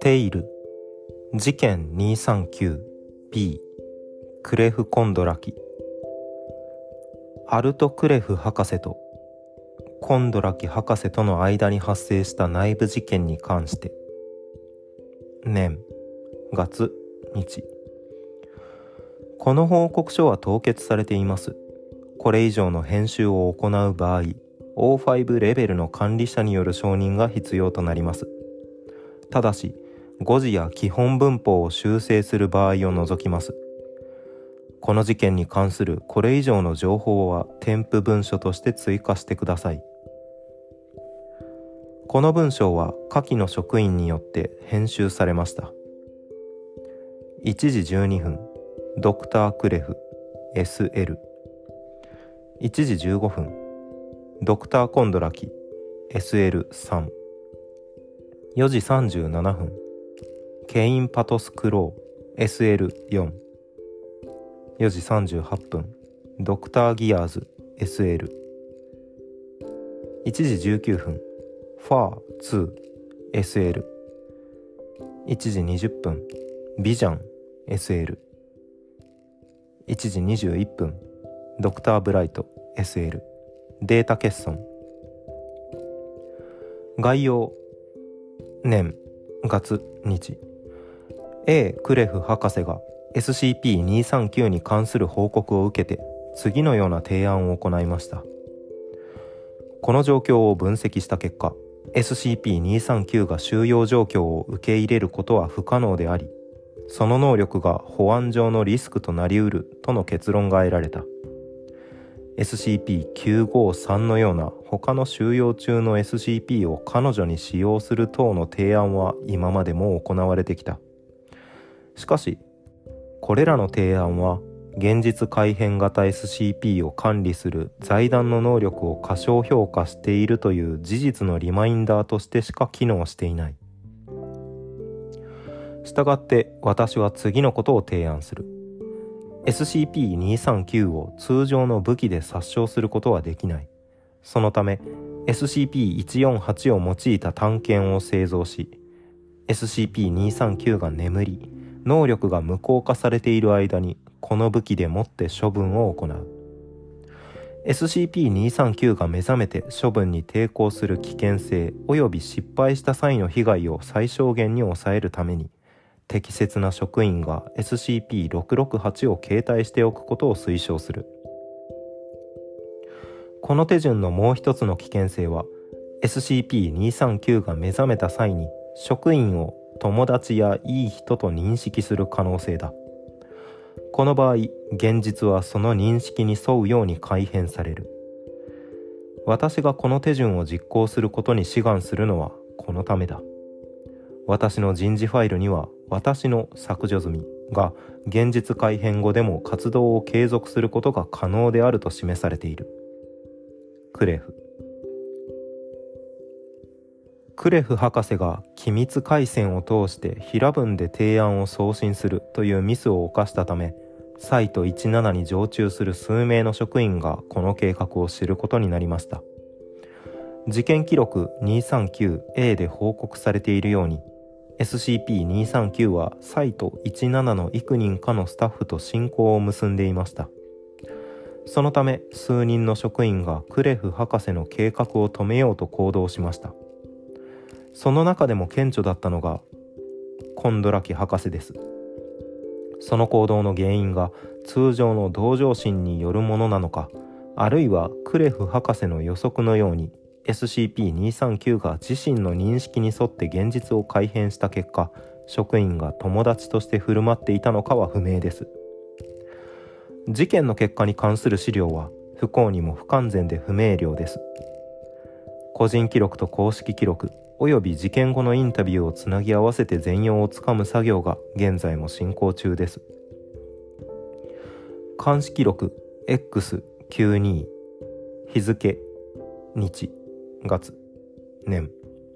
テイル事件 239B クレフ・コンドラキ。アルト・クレフ博士とコンドラキ博士との間に発生した内部事件に関して、年月日。この報告書は凍結されています。これ以上の編集を行う場合、O5 レベルの管理者による承認が必要となります。ただし、誤字や基本文法を修正する場合を除きます。この事件に関するこれ以上の情報は添付文書として追加してください。この文章は下記の職員によって編集されました。1時12分、ドクター・クレフ SL。1時15分、ドクター・コンドラキ SL3。4時37分、ケイン・パトス・クロー SL4。4時38分、ドクター・ギアーズ SL。1時19分、ファー2 SL。1時20分、ビジャン SL。1時21分、ドクター・ブライト SL。データ欠損。概要、年月日。 A クレフ博士が SCP-239 に関する報告を受けて次のような提案を行いました。この状況を分析した結果、 SCP-239 が収容状況を受け入れることは不可能であり、その能力が保安上のリスクとなりうるとの結論が得られた。SCP-953 のような他の収容中の SCP を彼女に使用する等の提案は今までも行われてきた。しかし、これらの提案は現実改変型 SCP を管理する財団の能力を過小評価しているという事実のリマインダーとしてしか機能していない。したがって私は次のことを提案する。SCP-239 を通常の武器で殺傷することはできない。そのため SCP-148 を用いた単剣を製造し、SCP-239 が眠り、能力が無効化されている間にこの武器でもって処分を行う。SCP-239 が目覚めて処分に抵抗する危険性及び失敗した際の被害を最小限に抑えるために、適切な職員が SCP-668 を携帯しておくことを推奨する。この手順のもう一つの危険性は、 SCP-239 が目覚めた際に職員を友達やいい人と認識する可能性だ。この場合、現実はその認識に沿うように改変される。私がこの手順を実行することに志願するのはこのためだ。私の人事ファイルには私の削除済みが現実改変後でも活動を継続することが可能であると示されている。クレフ。クレフ博士が機密回線を通して平文で提案を送信するというミスを犯したため、サイト17に常駐する数名の職員がこの計画を知ることになりました。事件記録 239A で報告されているように、SCP-239 はサイト17の幾人かのスタッフと親交を結んでいました。そのため数人の職員がクレフ博士の計画を止めようと行動しました。その中でも顕著だったのがコンドラキ博士です。その行動の原因が通常の同情心によるものなのか、あるいはクレフ博士の予測のようにSCP-239 が自身の認識に沿って現実を改変した結果、職員が友達として振る舞っていたのかは不明です。事件の結果に関する資料は不幸にも不完全で不明瞭です。個人記録と公式記録および事件後のインタビューをつなぎ合わせて全容をつかむ作業が現在も進行中です。監視記録 X92 日付日月年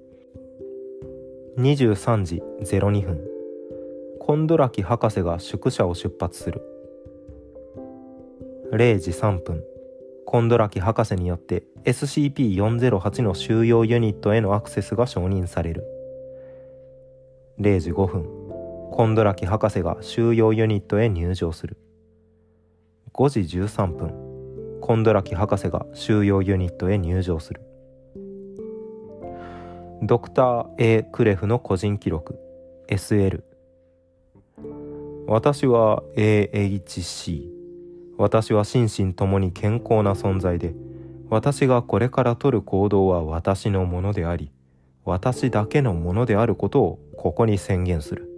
23時02分、コンドラキ博士が宿舎を出発する。0時3分、コンドラキ博士によって SCP-408 の収容ユニットへのアクセスが承認される。 0時5分、コンドラキ博士が収容ユニットへ入場する。5時13分、コンドラキ博士が収容ユニットへ入場する。ドクター A クレフの個人記録 SL。 私は AHC。 私は心身ともに健康な存在で、私がこれから取る行動は私のものであり、私だけのものであることをここに宣言する。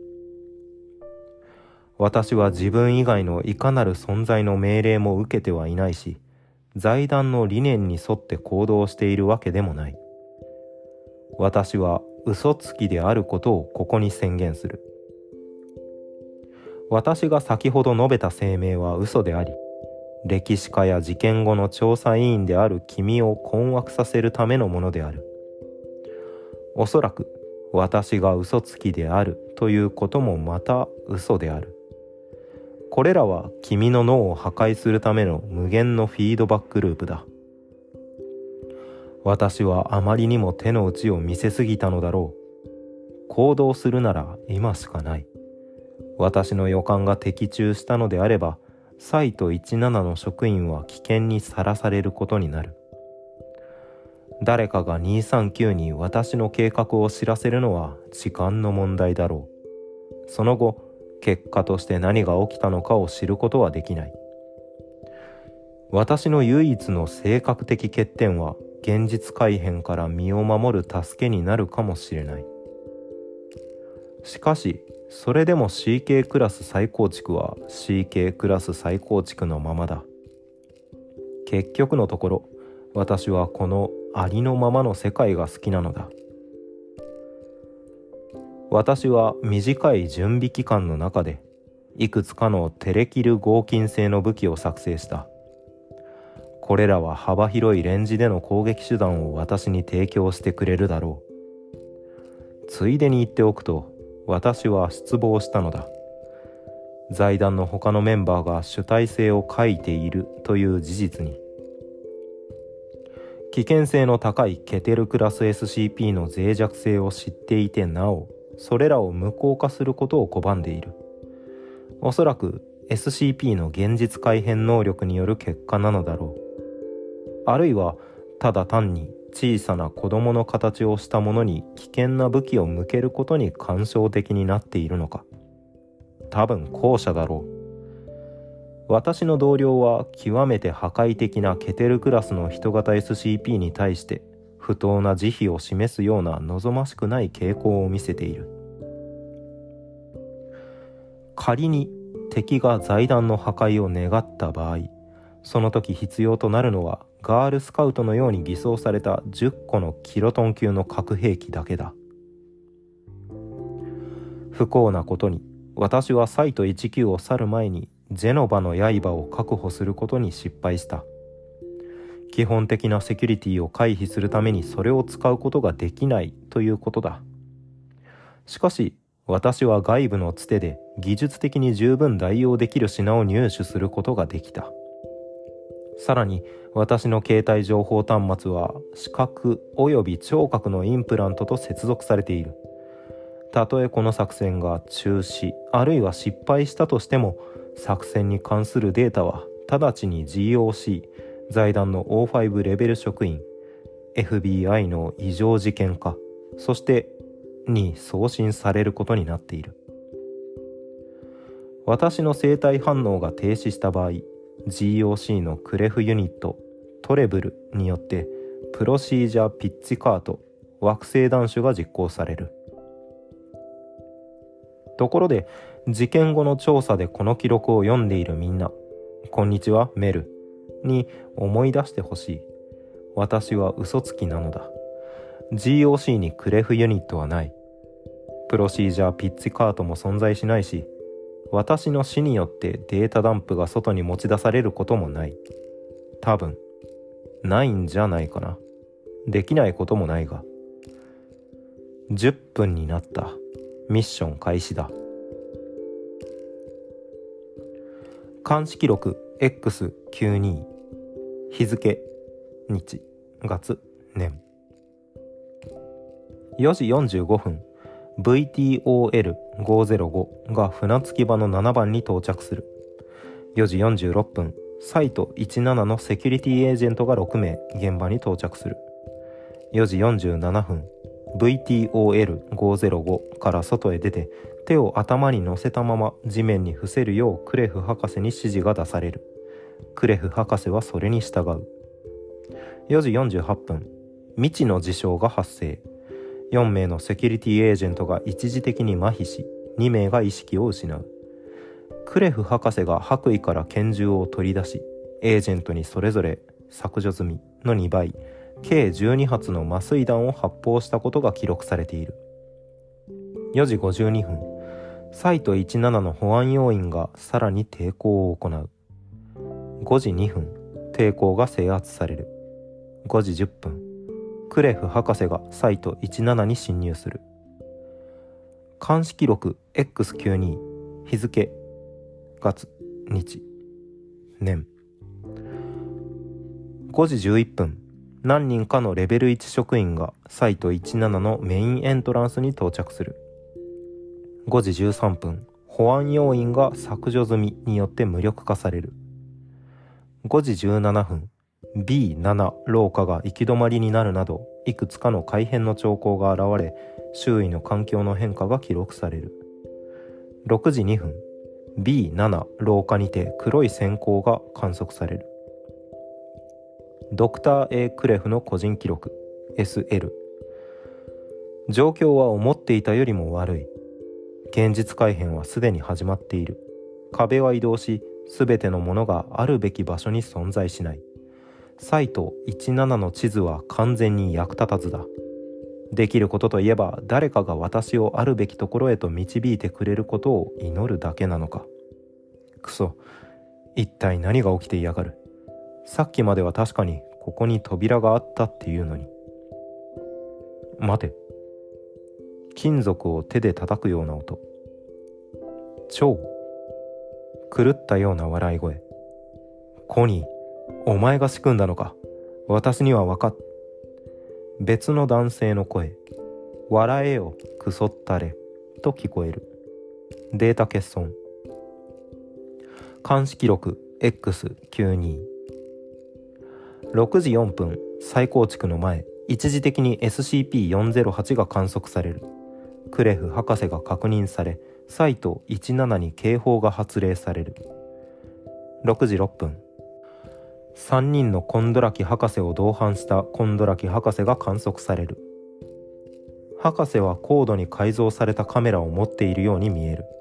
私は自分以外のいかなる存在の命令も受けてはいないし、財団の理念に沿って行動しているわけでもない。私は嘘つきであることをここに宣言する。私が先ほど述べた声明は嘘であり、歴史家や事件後の調査委員である君を困惑させるためのものである。おそらく私が嘘つきであるということもまた嘘である。これらは君の脳を破壊するための無限のフィードバックループだ。私はあまりにも手の内を見せすぎたのだろう。行動するなら今しかない。私の予感が的中したのであれば、サイト17の職員は危険にさらされることになる。誰かが239に私の計画を知らせるのは時間の問題だろう。その後、結果として何が起きたのかを知ることはできない。私の唯一の性格的欠点は、現実改変から身を守る助けになるかもしれない。しかし、それでも CK クラス再構築は CK クラス再構築のままだ。結局のところ、私はこのありのままの世界が好きなのだ。私は短い準備期間の中で、いくつかのテレキル合金製の武器を作成した。これらは幅広いレンジでの攻撃手段を私に提供してくれるだろう。ついでに言っておくと、私は失望したのだ。財団の他のメンバーが主体性を欠いているという事実に。危険性の高いケテルクラス SCP の脆弱性を知っていてなお、それらを無効化することを拒んでいる。おそらく SCP の現実改変能力による結果なのだろう。あるいはただ単に小さな子供の形をしたものに危険な武器を向けることに感傷的になっているのか。多分後者だろう。私の同僚は極めて破壊的なケテルクラスの人型 SCP に対して不当な慈悲を示すような望ましくない傾向を見せている。仮に敵が財団の破壊を願った場合、その時必要となるのはガールスカウトのように偽装された10個のキロトン級の核兵器だけだ。不幸なことに、私はサイト19を去る前にジェノバの刃を確保することに失敗した。基本的なセキュリティを回避するためにそれを使うことができないということだ。しかし、私は外部のつてで技術的に十分代用できる品を入手することができた。さらに、私の携帯情報端末は視覚及び聴覚のインプラントと接続されている。たとえこの作戦が中止あるいは失敗したとしても、作戦に関するデータは直ちに GOC 財団の O5 レベル職員 FBI の異常事件課そしてに送信されることになっている。私の生体反応が停止した場合、 GOC のクレフユニットトレブルによってプロシージャーピッチカート惑星弾種が実行される。ところで、事件後の調査でこの記録を読んでいるみんな、こんにちはメルに思い出してほしい。私は嘘つきなのだ。 GOC にクレフユニットはない。プロシージャーピッチカートも存在しないし、私の死によってデータダンプが外に持ち出されることもない。多分ないんじゃないかな。できないこともないが。10分になった。ミッション開始だ。監視記録 X92 日付日月年4時45分 VTOL505 が船着き場の7番に到着する。4時46分、サイト17のセキュリティエージェントが6名現場に到着する。4時47分、VTOL505 から外へ出て手を頭に乗せたまま地面に伏せるようクレフ博士に指示が出される。クレフ博士はそれに従う。4時48分、未知の事象が発生。4名のセキュリティエージェントが一時的に麻痺し、2名が意識を失う。クレフ博士が白衣から拳銃を取り出し、エージェントにそれぞれ削除済みの2倍、計12発の麻酔弾を発砲したことが記録されている。4時52分、サイト17の保安要員がさらに抵抗を行う。5時2分、抵抗が制圧される。5時10分、クレフ博士がサイト17に侵入する。監視記録 X92、日付、月、日、年。5時11分、何人かのレベル1職員がサイト17のメインエントランスに到着する。5時13分、保安要員が削除済みによって無力化される。5時17分、B7 廊下が行き止まりになるなど、いくつかの改変の兆候が現れ、周囲の環境の変化が記録される。6時2分、B7 廊下にて黒い閃光が観測される。ドクター A クレフの個人記録 SL。 状況は思っていたよりも悪い。現実改変はすでに始まっている。壁は移動し、すべてのものがあるべき場所に存在しない。サイト17の地図は完全に役立たずだ。できることといえば、誰かが私をあるべきところへと導いてくれることを祈るだけなのか。くそ、一体何が起きていやがる。さっきまでは確かにここに扉があったっていうのに。待て。金属を手で叩くような音。超狂ったような笑い声。コニー、お前が仕組んだのか。私には分かっ。別の男性の声。笑えよ、クソったれと聞こえる。データ欠損。監視記録 X92。6時4分、再構築の前、一時的に SCP-408 が観測される。クレフ博士が確認され、サイト17に警報が発令される。6時6分、3人のコンドラキ博士を同伴したコンドラキ博士が観測される。博士は高度に改造されたカメラを持っているように見える。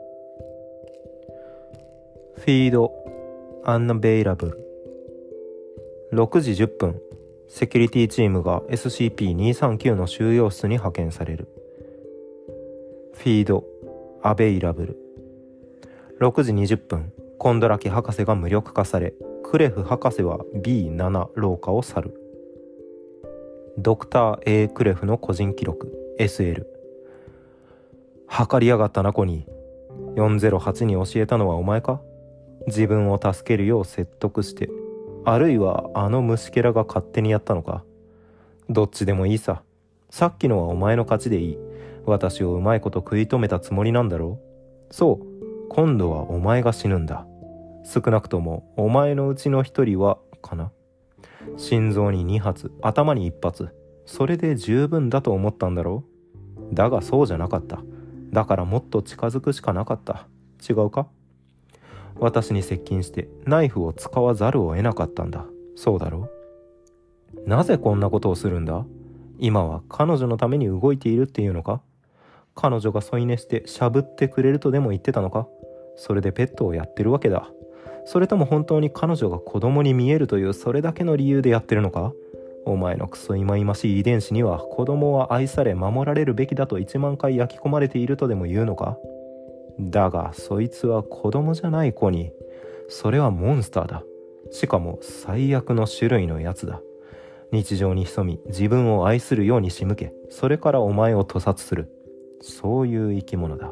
フィードアンナベイラブル。6時10分、セキュリティチームが SCP-239 の収容室に派遣される。フィードアベイラブル。6時20分、コンドラキ博士が無力化され、クレフ博士は B7 廊下を去る。ドクター A クレフの個人記録 SL。 測りやがったなコニー。408に教えたのはお前か。自分を助けるよう説得して、あるいはあの虫けらが勝手にやったのか。どっちでもいいさ。さっきのはお前の勝ちでいい。私をうまいこと食い止めたつもりなんだろう。そう、今度はお前が死ぬんだ。少なくともお前のうちの一人はかな。心臓に2発、頭に1発、それで十分だと思ったんだろう。だがそうじゃなかった。だからもっと近づくしかなかった。違うか。私に接近してナイフを使わざるを得なかったんだ。そうだろう。なぜこんなことをするんだ。今は彼女のために動いているっていうのか。彼女が添い寝してしゃぶってくれるとでも言ってたのか。それでペットをやってるわけだ。それとも本当に彼女が子供に見えるというそれだけの理由でやってるのか。お前のクソ忌々しい遺伝子には子供は愛され守られるべきだと1万回焼き込まれているとでも言うのか。だがそいつは子供じゃない子に。それはモンスターだ。しかも最悪の種類のやつだ。日常に潜み自分を愛するように仕向け、それからお前を屠殺する。そういう生き物だ。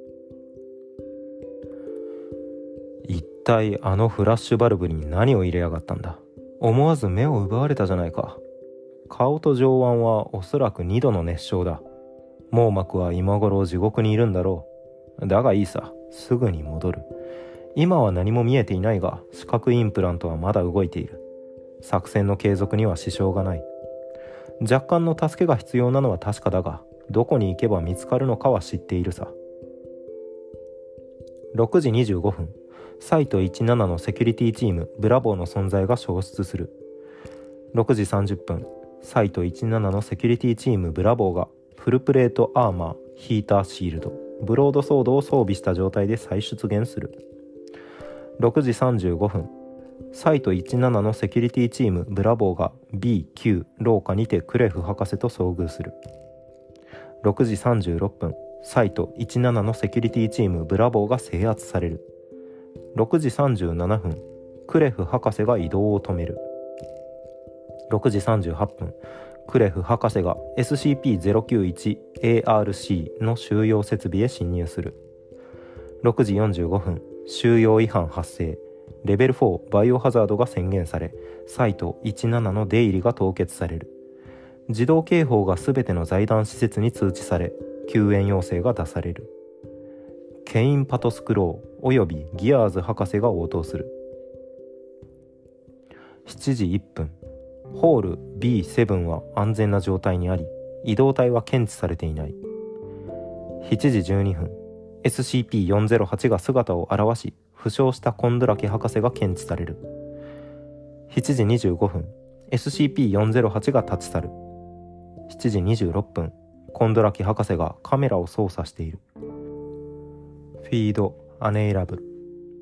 一体あのフラッシュバルブに何を入れやがったんだ。思わず目を奪われたじゃないか。顔と上腕はおそらく2度の熱傷だ。 網膜は今頃地獄にいるんだろう。だがいいさ、すぐに戻る。今は何も見えていないが、視覚インプラントはまだ動いている。作戦の継続には支障がない。若干の助けが必要なのは確かだが、どこに行けば見つかるのかは知っているさ。6時25分、サイト17のセキュリティチームブラボーの存在が消失する。6時30分、サイト17のセキュリティチームブラボーがフルプレートアーマー、ヒーターシールド、ブロードソードを装備した状態で再出現する。6時35分、サイト17のセキュリティチームブラボーが B9 廊下にてクレフ博士と遭遇する。6時36分、サイト17のセキュリティチームブラボーが制圧される。6時37分、クレフ博士が移動を止める。6時38分、クレフ博士が SCP-091-ARC の収容設備へ侵入する。6時45分、収容違反発生。レベル4バイオハザードが宣言され、サイト17の出入りが凍結される。自動警報がすべての財団施設に通知され、救援要請が出される。ケイン・パトスクローおよびギアーズ博士が応答する。7時1分、ホール B7 は安全な状態にあり、移動体は検知されていない。7時12分、SCP-408 が姿を現し、負傷したコンドラキ博士が検知される。7時25分、SCP-408 が立ち去る。7時26分、コンドラキ博士がカメラを操作している。フィード・アネイラブル。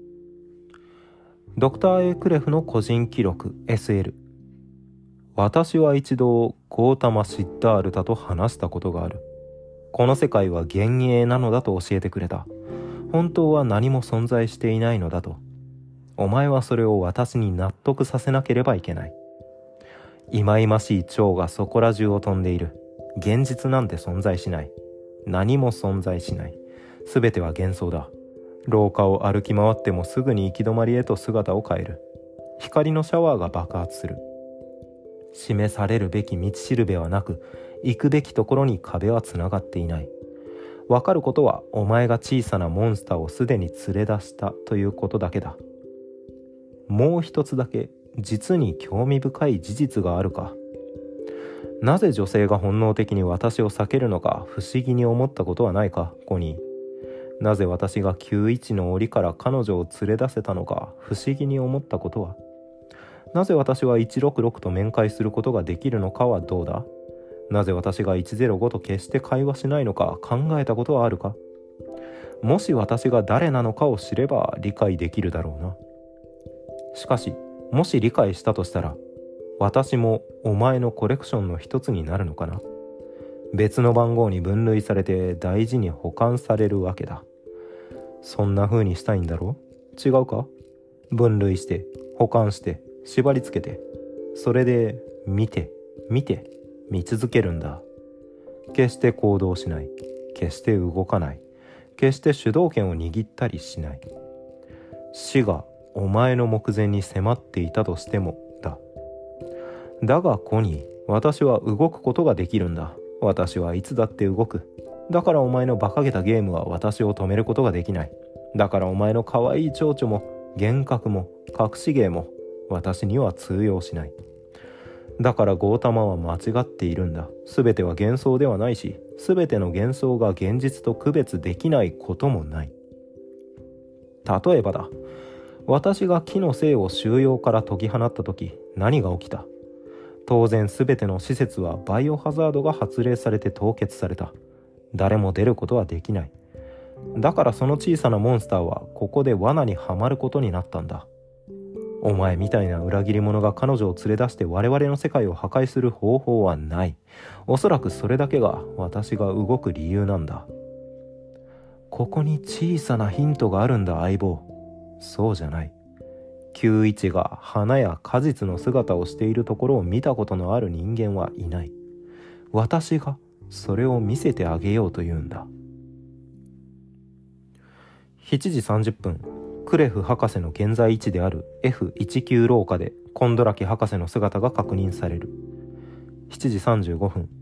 ドクター A クレフの個人記録 SL。私は一度ゴータマ・シッダールタと話したことがある。この世界は幻影なのだと教えてくれた。本当は何も存在していないのだと。お前はそれを私に納得させなければいけない。忌々しい蝶がそこら中を飛んでいる。現実なんて存在しない。何も存在しない。すべては幻想だ。廊下を歩き回ってもすぐに行き止まりへと姿を変える。光のシャワーが爆発する。示されるべき道しるべはなく、行くべきところに壁はつながっていない。わかることは、お前が小さなモンスターをすでに連れ出したということだけだ。もう一つだけ実に興味深い事実があるか。なぜ女性が本能的に私を避けるのか不思議に思ったことはないか、コニー。なぜ私が91の檻から彼女を連れ出せたのか不思議に思ったことは。なぜ私は166と面会することができるのかはどうだ。なぜ私が105と決して会話しないのか考えたことはあるか。もし私が誰なのかを知れば理解できるだろうな。しかし、もし理解したとしたら、私もお前のコレクションの一つになるのかな。別の番号に分類されて大事に保管されるわけだ。そんな風にしたいんだろう？違うか？分類して、保管して、縛り付けて、それで見続けるんだ。決して行動しない。決して動かない。決して主導権を握ったりしない。死がお前の目前に迫っていたとしてもだ。だがコニー、私は動くことができるんだ。私はいつだって動く。だからお前の馬鹿げたゲームは私を止めることができない。だからお前の可愛い蝶々も幻覚も隠し芸も私には通用しない。だからゴータマは間違っているんだ。すべては幻想ではないし、すべての幻想が現実と区別できないこともない。例えばだ。私が木の精を収容から解き放った時、何が起きた？当然すべての施設はバイオハザードが発令されて凍結された。誰も出ることはできない。だからその小さなモンスターはここで罠にはまることになったんだ。お前みたいな裏切り者が彼女を連れ出して我々の世界を破壊する方法はない。おそらくそれだけが私が動く理由なんだ。ここに小さなヒントがあるんだ、相棒。そうじゃない。91が花や果実の姿をしているところを見たことのある人間はいない。私がそれを見せてあげようというんだ。7時30分、クレフ博士の現在位置である F19 廊下でコンドラキ博士の姿が確認される。7時35分、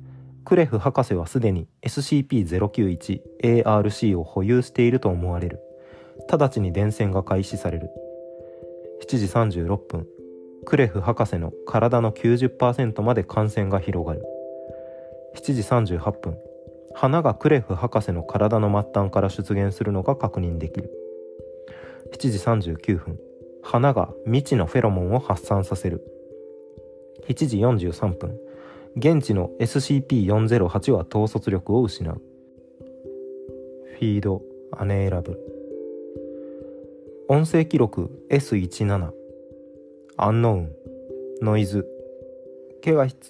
クレフ博士はすでに SCP-091-ARC を保有していると思われる。直ちに伝染が開始される。7時36分、クレフ博士の体の 90% まで感染が広がる。7時38分、花がクレフ博士の体の末端から出現するのが確認できる。7時39分、花が未知のフェロモンを発散させる。7時43分、現地の SCP-408 は統率力を失う。フィードアネーラブル。音声記録 S17 アンノーンノイズケガ室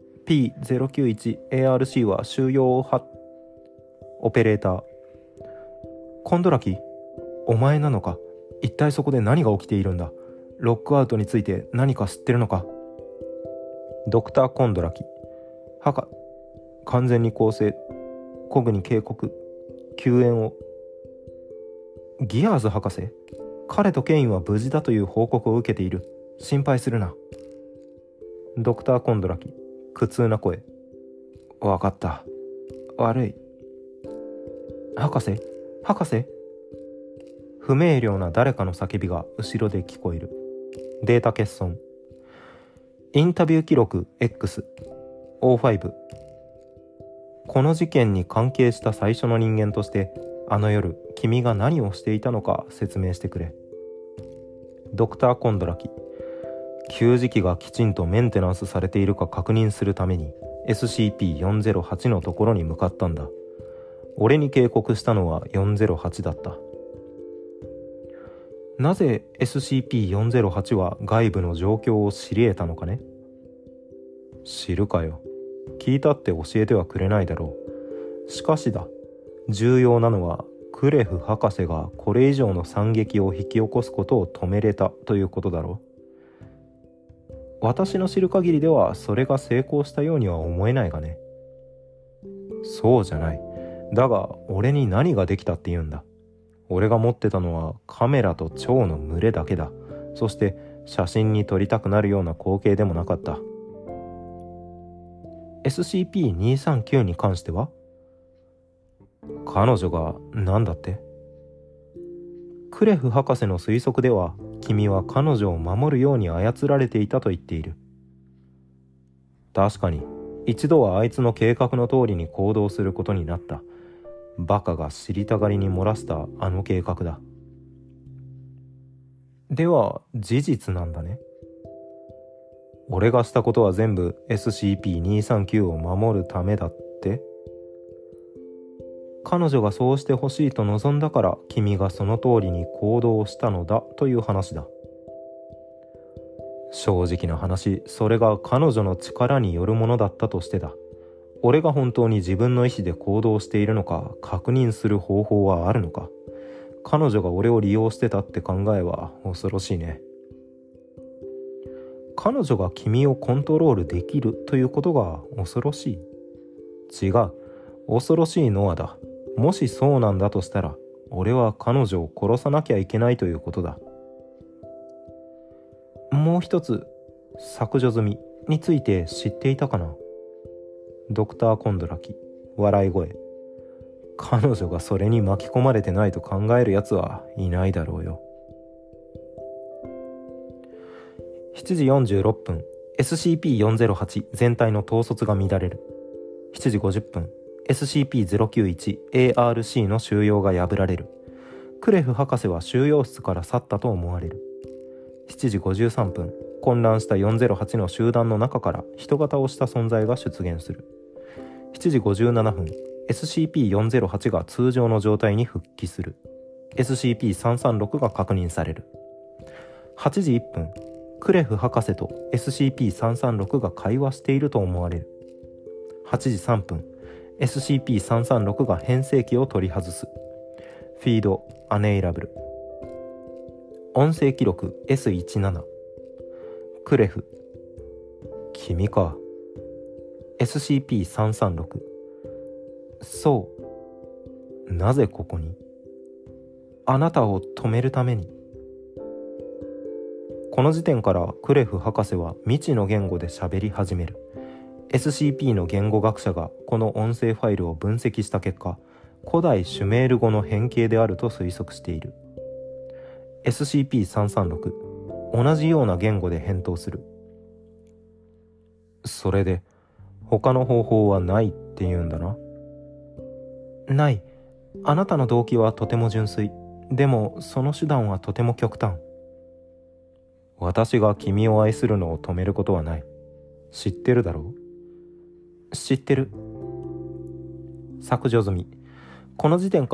P091ARC は収容をオペレーター。コンドラキ、お前なのか。一体そこで何が起きているんだ。ロックアウトについて何か知ってるのか。ドクター・コンドラキ、完全に構成、コグに警告、救援を。ギアーズ博士、彼とケインは無事だという報告を受けている。心配するな。ドクター・コンドラキ、苦痛な声。わかった。悪い。博士、不明瞭な誰かの叫びが後ろで聞こえる。データ欠損。インタビュー記録 X、O5。この事件に関係した最初の人間として、あの夜、君が何をしていたのか説明してくれ。ドクター・コンドラキ、給餌器がきちんとメンテナンスされているか確認するために SCP-408 のところに向かったんだ。俺に警告したのは408だった。なぜ SCP-408 は外部の状況を知り得たのかね。知るかよ。聞いたって教えてはくれないだろう。しかしだ、重要なのはクレフ博士がこれ以上の惨劇を引き起こすことを止めれたということだろう。私の知る限りではそれが成功したようには思えないがね。そうじゃない。だが俺に何ができたって言うんだ。俺が持ってたのはカメラと蝶の群れだけだ。そして写真に撮りたくなるような光景でもなかった。SCP-239 に関しては？彼女が何だって？クレフ博士の推測では、君は彼女を守るように操られていたと言っている。確かに、一度はあいつの計画の通りに行動することになった。バカが知りたがりに漏らしたあの計画だ。では、事実なんだね。俺がしたことは全部 SCP-239 を守るためだって？彼女がそうしてほしいと望んだから君がその通りに行動したのだという話だ。正直な話、それが彼女の力によるものだったとしてだ。俺が本当に自分の意思で行動しているのか確認する方法はあるのか。彼女が俺を利用してたって考えは恐ろしいね。彼女が君をコントロールできるということが恐ろしい。違う。恐ろしいのはだ。もしそうなんだとしたら、俺は彼女を殺さなきゃいけないということだ。もう一つ、削除済みについて知っていたかな？ドクター・コンドラキ、笑い声。彼女がそれに巻き込まれてないと考えるやつはいないだろうよ。7時46分、SCP-408 全体の統率が乱れる。7時50分、SCP-091-ARC の収容が破られる。クレフ博士は収容室から去ったと思われる。7時53分、混乱した408の集団の中から人型をした存在が出現する。7時57分、SCP-408 が通常の状態に復帰する。SCP-336 が確認される。8時1分、クレフ博士と SCP-336 が会話していると思われる。8時3分、SCP-336 が変声機を取り外す。フィードアネイラブル。音声記録 S17。クレフ。君か。SCP-336。そう。なぜここに？あなたを止めるために。この時点からクレフ博士は未知の言語で喋り始める。 SCP の言語学者がこの音声ファイルを分析した結果、古代シュメール語の変形であると推測している。SCP-336、同じような言語で返答する。それで他の方法はないって言うんだな。ない。あなたの動機はとても純粋。でもその手段はとても極端。私が君を愛するのを止めることはない。知ってるだろう？知ってる。削除済み。この時点から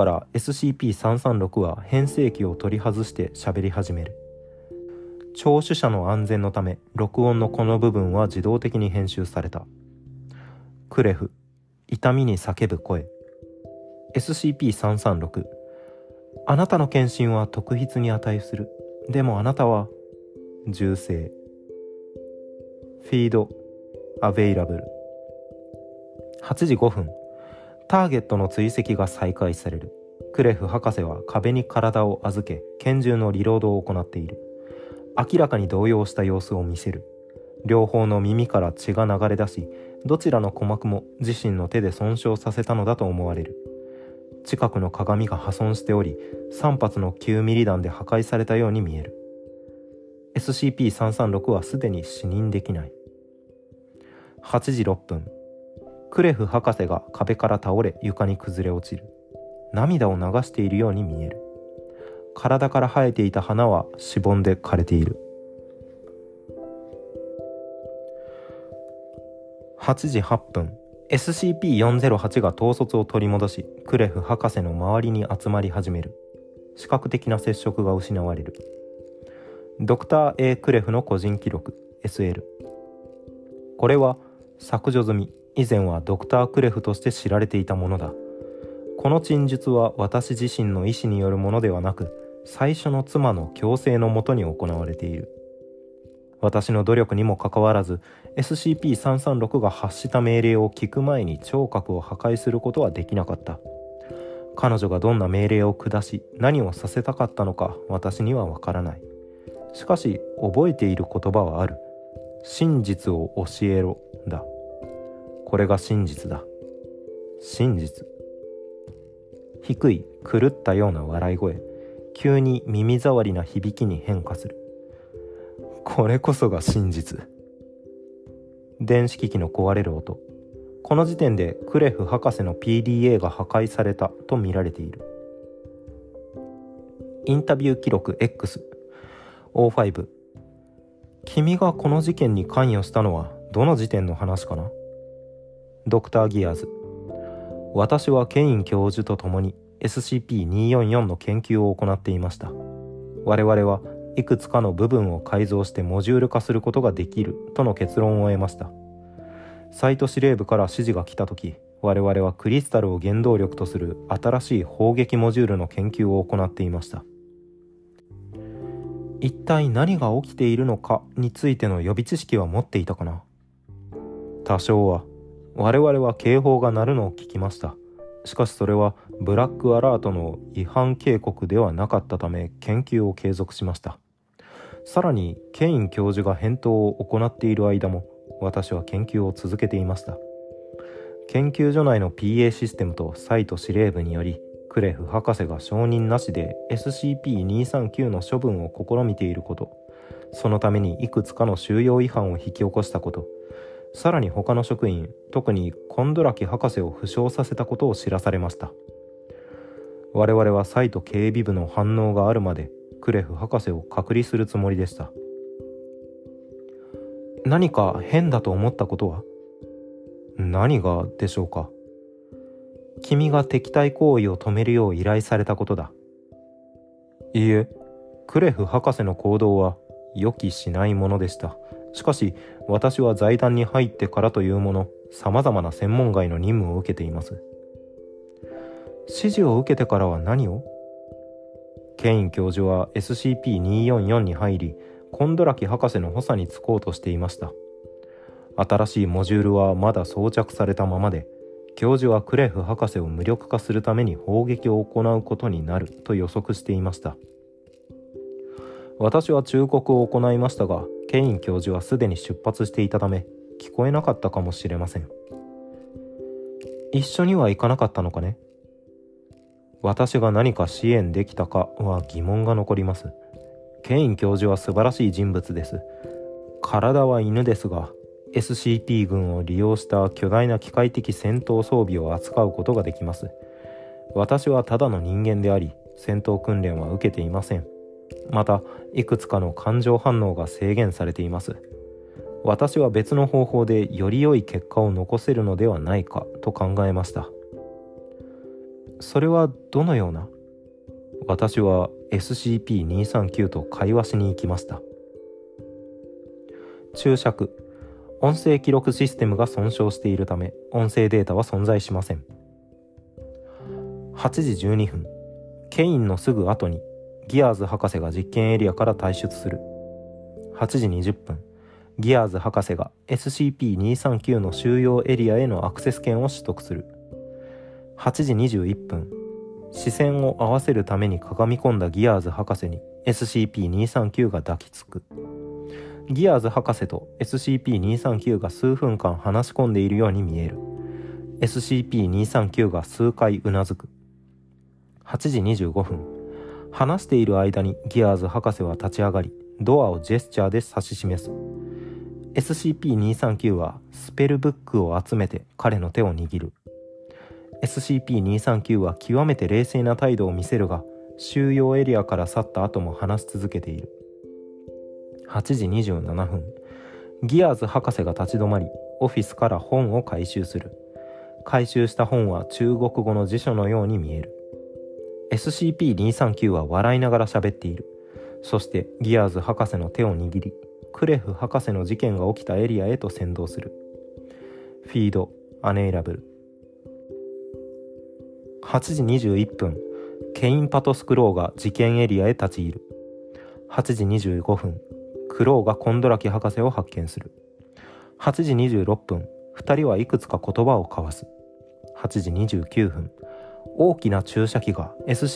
SCP-336 は変声機を取り外して喋り始める。聴取者の安全のため、録音のこの部分は自動的に編集された。クレフ、痛みに叫ぶ声。SCP-336、あなたの献身は特筆に値する。でもあなたは銃声。フィード、アベイラブル。8時5分、ターゲットの追跡が再開される。クレフ博士は壁に体を預け、拳銃のリロードを行っている。明らかに動揺した様子を見せる。両方の耳から血が流れ出し、どちらの鼓膜も自身の手で損傷させたのだと思われる。近くの鏡が破損しており、3発の9ミリ弾で破壊されたように見える。SCP-336 はすでに視認できない。8時6分、クレフ博士が壁から倒れ床に崩れ落ちる。涙を流しているように見える。体から生えていた花はしぼんで枯れている。8時8分、SCP-408 が統率を取り戻し、クレフ博士の周りに集まり始める。視覚的な接触が失われる。ドクター A クレフの個人記録 SL。 これは削除済み。以前はドクタークレフとして知られていたものだ。この陳述は私自身の意思によるものではなく、最初の妻の強制のもとに行われている。私の努力にもかかわらず SCP-336 が発した命令を聞く前に聴覚を破壊することはできなかった。彼女がどんな命令を下し何をさせたかったのか私にはわからない。しかし覚えている言葉はある。真実を教えろだ。これが真実だ。真実。低い狂ったような笑い声、急に耳障りな響きに変化する。これこそが真実。電子機器の壊れる音。この時点でクレフ博士の PDA が破壊されたと見られている。インタビュー記録 X O5。君がこの事件に関与したのはどの時点の話かな？ドクターギアーズ。私はケイン教授と共に SCP-244 の研究を行っていました。我々はいくつかの部分を改造してモジュール化することができるとの結論を得ました。サイト司令部から指示が来たとき、我々はクリスタルを原動力とする新しい砲撃モジュールの研究を行っていました。一体何が起きているのかについての予備知識は持っていたかな？多少は。我々は警報が鳴るのを聞きました。しかしそれはブラックアラートの違反警告ではなかったため研究を継続しました。さらにケイン教授が返答を行っている間も私は研究を続けていました。研究所内の PA システムとサイト司令部によりクレフ博士が承認なしで SCP-239 の処分を試みていること、そのためにいくつかの収容違反を引き起こしたこと、さらに他の職員、特にコンドラキ博士を負傷させたことを知らされました。我々はサイト警備部の反応があるまでクレフ博士を隔離するつもりでした。何か変だと思ったことは？何がでしょうか？君が敵対行為を止めるよう依頼されたことだ。いいえ、クレフ博士の行動は予期しないものでした。しかし私は財団に入ってからというもの、様々な専門外の任務を受けています。指示を受けてからは何を？ケイン教授は SCP-244 に入り、コンドラキ博士の補佐に就こうとしていました。新しいモジュールはまだ装着されたままで、教授はクレフ博士を無力化するために砲撃を行うことになると予測していました。私は忠告を行いましたが、ケイン教授はすでに出発していたため、 聞こえなかったかもしれません。一緒には行かなかったのかね。私が何か支援できたかは疑問が残ります。ケイン教授は素晴らしい人物です。体は犬ですが、SCP 群を利用した巨大な機械的戦闘装備を扱うことができます。私はただの人間であり、戦闘訓練は受けていません。また、いくつかの感情反応が制限されています。私は別の方法でより良い結果を残せるのではないかと考えました。それはどのような？私は SCP-239 と会話しに行きました。注釈。音声記録システムが損傷しているため、音声データは存在しません。8時12分。ケインのすぐ後に、ギアーズ博士が実験エリアから退出する。8時20分。ギアーズ博士が SCP-239 の収容エリアへのアクセス権を取得する。8時21分。視線を合わせるためにかがみ込んだギアーズ博士に SCP-239 が抱きつく。ギアーズ博士と SCP-239 が数分間話し込んでいるように見える。SCP-239 が数回うなずく。8時25分。話している間にギアーズ博士は立ち上がり、ドアをジェスチャーで指し示す。SCP-239 はスペルブックを集めて彼の手を握る。SCP-239 は極めて冷静な態度を見せるが、収容エリアから去った後も話し続けている。8時27分。ギアーズ博士が立ち止まり、オフィスから本を回収する。回収した本は中国語の辞書のように見える。SCP-239 は笑いながら喋っている。そしてギアーズ博士の手を握り、クレフ博士の事件が起きたエリアへと先導する。フィード、アネイラブル。8時21分。ケイン・パトスクローが事件エリアへ立ち入る。8時25分。クローがコンドラキ博士を発見する。8時26分。2人はいくつか言葉を交わす。8時29分。大きな注射器が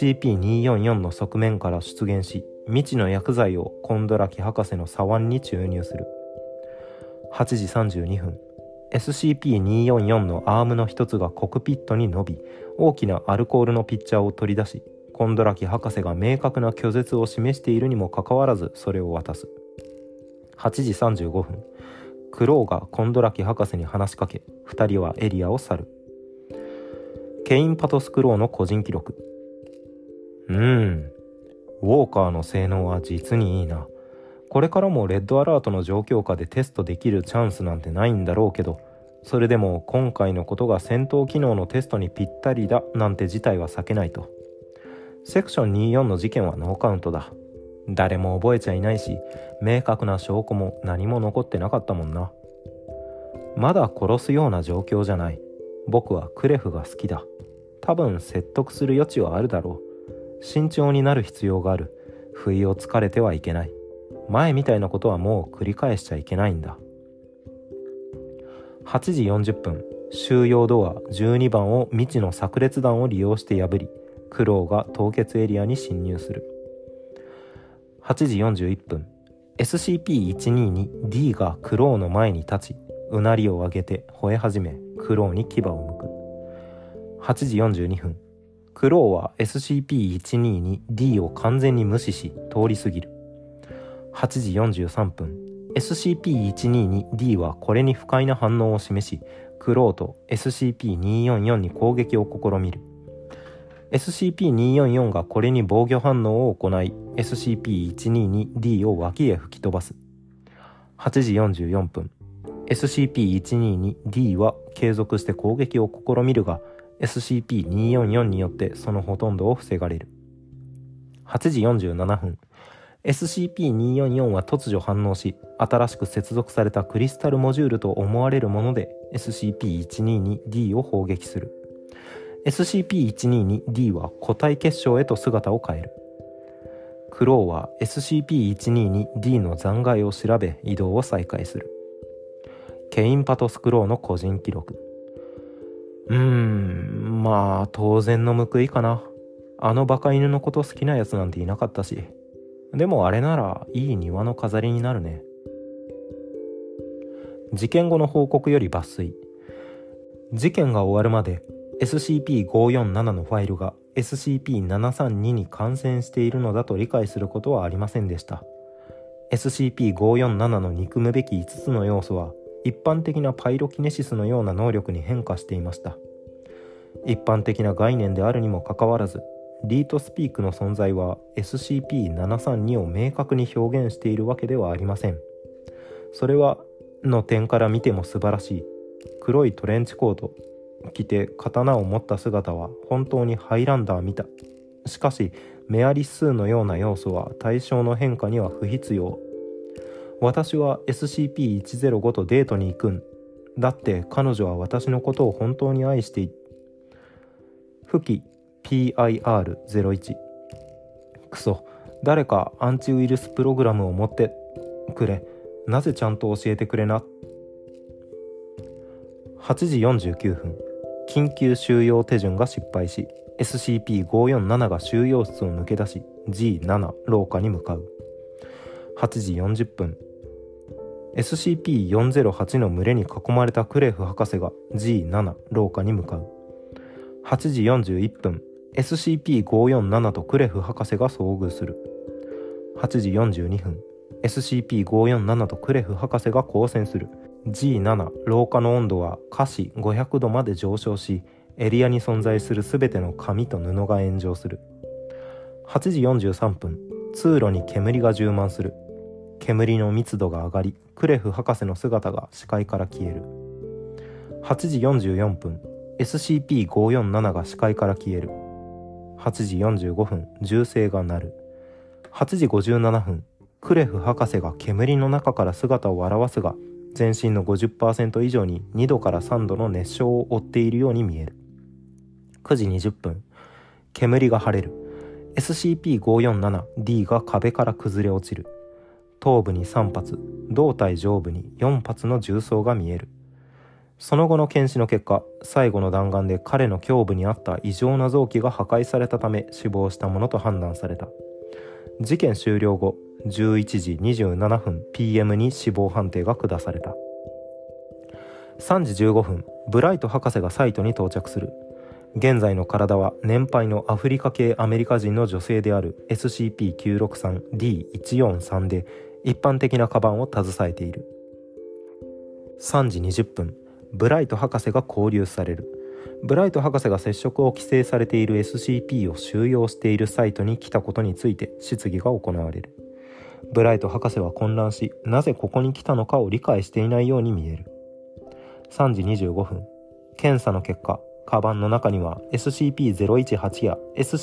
SCP-244 の側面から出現し、未知の薬剤をコンドラキ博士の左腕に注入する。8時32分。SCP-244 のアームの一つがコクピットに伸び、大きなアルコールのピッチャーを取り出し、コンドラキ博士が明確な拒絶を示しているにもかかわらずそれを渡す。8時35分。クローがコンドラキ博士に話しかけ、2人はエリアを去る。ケイン・パトスクローの個人記録。ウォーカーの性能は実にいいな。これからもレッドアラートの状況下でテストできるチャンスなんてないんだろうけど、それでも今回のことが戦闘機能のテストにぴったりだなんて事態は避けないと。セクション24の事件はノーカウントだ。誰も覚えちゃいないし、明確な証拠も何も残ってなかったもんな。まだ殺すような状況じゃない。僕はクレフが好きだ。多分説得する余地はあるだろう。慎重になる必要がある。不意をつかれてはいけない。前みたいなことはもう繰り返しちゃいけないんだ。8時40分、収容ドア12番を未知の炸裂弾を利用して破り、クローが凍結エリアに侵入する。8時41分、SCP-122-D がクローの前に立ち、うなりを上げて吠え始め、クローに牙を向く。8時42分、クローは SCP-122-D を完全に無視し通り過ぎる。8時43分、SCP-122-D はこれに不快な反応を示し、クローと SCP-244 に攻撃を試みる。SCP-244 がこれに防御反応を行い、SCP-122-D を脇へ吹き飛ばす。8時44分、SCP-122-D は継続して攻撃を試みるが、SCP-244 によってそのほとんどを防がれる。8時47分、SCP-244 は突如反応し、新しく接続されたクリスタルモジュールと思われるもので SCP-122-D を砲撃する。SCP-122-D は固体結晶へと姿を変える。クローは SCP-122-D の残骸を調べ移動を再開する。ケイン・パトスクローの個人記録。まあ当然の報いかな。あのバカ犬のこと好きなやつなんていなかったし。でもあれならいい庭の飾りになるね。 事件後の報告より抜粋。事件が終わるまで SCP-547 のファイルが SCP-732 に感染しているのだと理解することはありませんでした。SCP-547 の憎むべき5つの要素は一般的なパイロキネシスのような能力に変化していました。一般的な概念であるにもかかわらず、リートスピークの存在は SCP-732 を明確に表現しているわけではありません。それはの点から見ても素晴らしい。黒いトレンチコート着て刀を持った姿は本当にハイランダー見た。しかしメアリ数のような要素は対象の変化には不必要。私は SCP-105 とデートに行くんだって彼女は私のことを本当に愛してい不記 PIR01 クソ、誰かアンチウイルスプログラムを持ってくれ。なぜちゃんと教えてくれな。8時49分、緊急収容手順が失敗し SCP-547 が収容室を抜け出し G7 廊下に向かう。8時40分、SCP-408 の群れに囲まれたクレフ博士が G7 廊下に向かう。8時41分、SCP-547 とクレフ博士が遭遇する。8時42分、SCP-547 とクレフ博士が交戦する。G7 廊下の温度は華氏500度まで上昇し、エリアに存在するすべての紙と布が炎上する。8時43分、通路に煙が充満する。煙の密度が上がり、クレフ博士の姿が視界から消える。8時44分、SCP-547 が視界から消える。8時45分、銃声が鳴る。8時57分、クレフ博士が煙の中から姿を現すが、全身の 50% 以上に2度から3度の熱傷を負っているように見える。9時20分、煙が晴れる。SCP-547-D が壁から崩れ落ちる。頭部に3発、胴体上部に4発の銃創が見える。その後の検視の結果、最後の弾丸で彼の胸部にあった異常な臓器が破壊されたため死亡したものと判断された。事件終了後、11時27分 PM に死亡判定が下された。3時15分、ブライト博士がサイトに到着する。現在の体は年配のアフリカ系アメリカ人の女性である SCP-963-D143 で一般的なカバンを携えている。3時20分、ブライト博士が勾留される。ブライト博士が接触を規制されている SCP を収容しているサイトに来たことについて質疑が行われる。ブライト博士は混乱し、なぜここに来たのかを理解していないように見える。3時25分、検査の結果、カバンの中には SCP-018 や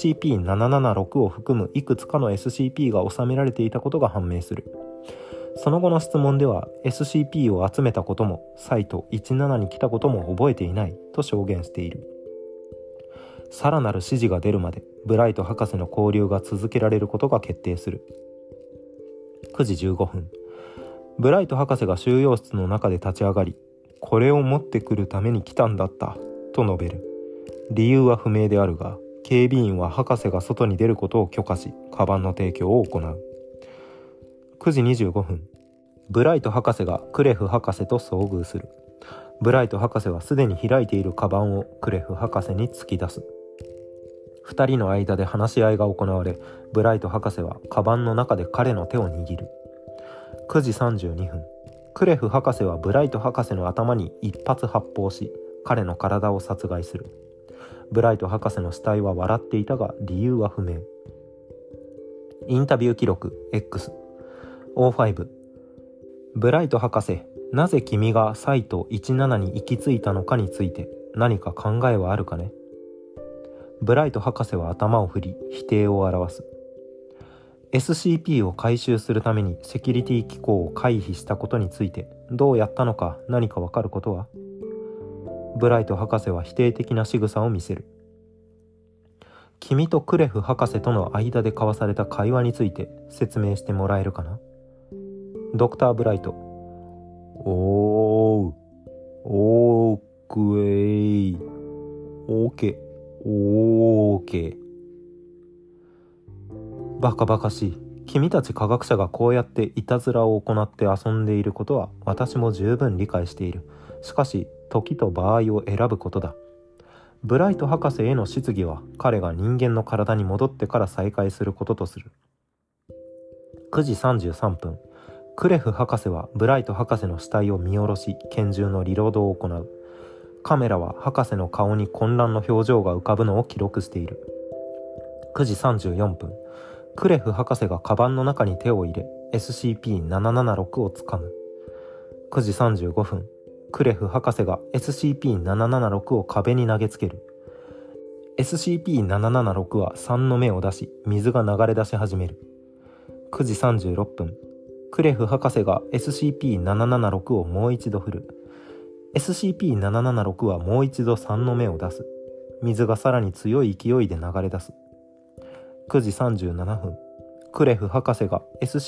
SCP-776 を含むいくつかの SCP が収められていたことが判明する。その後の質問では SCP を集めたこともサイト17に来たことも覚えていないと証言している。さらなる指示が出るまでブライト博士の交流が続けられることが決定する。9時15分、ブライト博士が収容室の中で立ち上がり、これを持ってくるために来たんだったと述べる。理由は不明であるが、警備員は博士が外に出ることを許可し、カバンの提供を行う。9時25分、ブライト博士がクレフ博士と遭遇する。ブライト博士はすでに開いているカバンをクレフ博士に突き出す。2人の間で話し合いが行われ、ブライト博士はカバンの中で彼の手を握る。9時32分、クレフ博士はブライト博士の頭に一発発砲し、彼の体を殺害する。ブライト博士の死体は笑っていたが理由は不明。インタビュー記録 X O5、 ブライト博士、なぜ君がサイト17に行き着いたのかについて何か考えはあるかね。ブライト博士は頭を振り否定を表す。 SCP を回収するためにセキュリティ機構を回避したことについてどうやったのか何かわかることは。ブライト博士は否定的な仕草を見せる。君とクレフ博士との間で交わされた会話について説明してもらえるかな。ドクター・ブライト、おーくえい、オーケー、バカバカしい。 君たち科学者がこうやっていたずらを行って遊んでいることは私も十分理解している。しかし時と場合を選ぶことだ。ブライト博士への質疑は彼が人間の体に戻ってから再開することとする。9時33分、クレフ博士はブライト博士の死体を見下ろし拳銃のリロードを行う。カメラは博士の顔に混乱の表情が浮かぶのを記録している。9時34分、クレフ博士がカバンの中に手を入れ SCP-776 をつかむ。9時35分、クレフ博士が SCP-776 を壁に投げつける。SCP-776 は3の目を出し水が流れ出し始める。9時36分、クレフ博士が SCP-776 をもう一度振る。SCP-776 はもう一度3の目を出す。水がさらに強い勢いで流れ出す。9時37分、クレフ博士が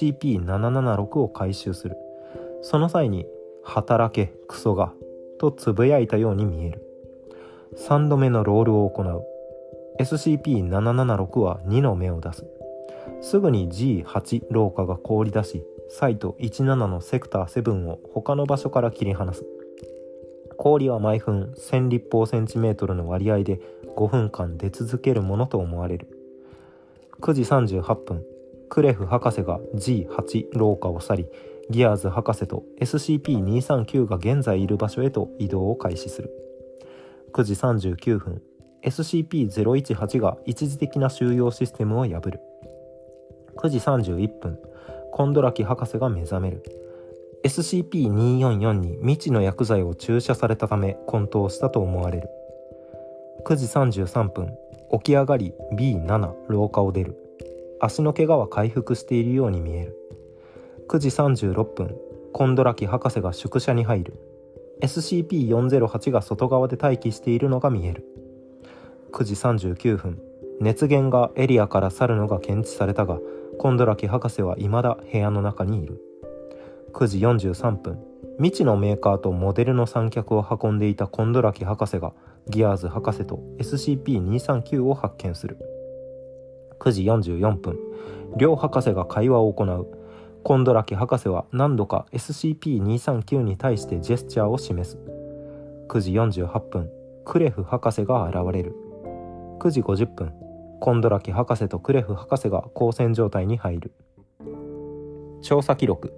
SCP-776 を回収する。その際に働けクソがとつぶやいたように見える。3度目のロールを行う。SCP-776 は2の目を出す。すぐに G8 廊下が凍り出し、サイト17のセクター7を他の場所から切り離す。氷は毎分1000立方センチメートルの割合で5分間出続けるものと思われる。9時38分、クレフ博士が G8 廊下を去り、ギアーズ博士と SCP-239 が現在いる場所へと移動を開始する。9時39分、SCP-018 が一時的な収容システムを破る。9時31分、コンドラキ博士が目覚める。SCP-244 に未知の薬剤を注射されたため混沌したと思われる。9時33分、起き上がり B7 廊下を出る。足の怪我は回復しているように見える。9時36分、コンドラキ博士が宿舎に入る。SCP-408 が外側で待機しているのが見える。9時39分、熱源がエリアから去るのが検知されたが、コンドラキ博士は未だ部屋の中にいる。9時43分、未知のメーカーとモデルの三脚を運んでいたコンドラキ博士がギアーズ博士と SCP-239 を発見する。9時44分、両博士が会話を行う。コンドラキ博士は何度か SCP-239 に対してジェスチャーを示す。9時48分、クレフ博士が現れる。9時50分、コンドラキ博士とクレフ博士が交戦状態に入る。調査記録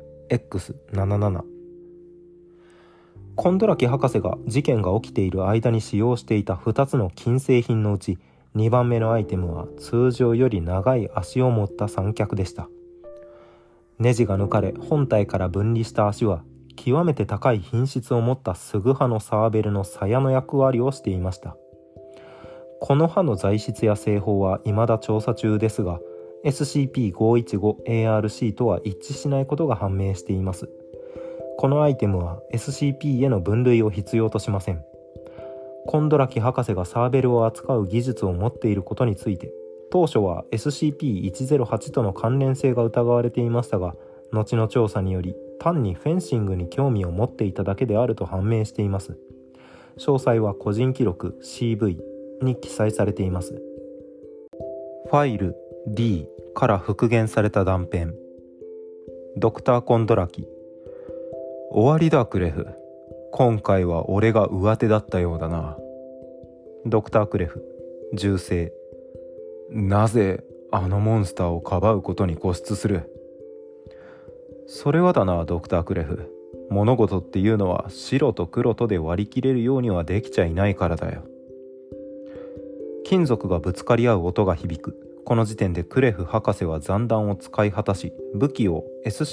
X77。コンドラキ博士が事件が起きている間に使用していた2つの金製品のうち2番目のアイテムは通常より長い足を持った三脚でした。ネジが抜かれ本体から分離した足は極めて高い品質を持ったスグ刃のサーベルの鞘の役割をしていました。この刃の材質や製法は未だ調査中ですが、SCP-515-ARC とは一致しないことが判明しています。このアイテムは SCP への分類を必要としません。コンドラキ博士がサーベルを扱う技術を持っていることについて、当初は SCP-108 との関連性が疑われていましたが、後の調査により単にフェンシングに興味を持っていただけであると判明しています。詳細は個人記録 CV に記載されています。ファイル D から復元された断片。ドクター・コンドラキ。終わりだクレフ。今回は俺が上手だったようだな。ドクター・クレフ。銃声。なぜあのモンスターをかばうことに固執する。それはだなドクター・クレフ。物事っていうのは白と黒とで割り切れるようにはできちゃいないからだよ。金属がぶつかり合う音が響く。この時点でクレフ博士は残弾を使い果たし、武器を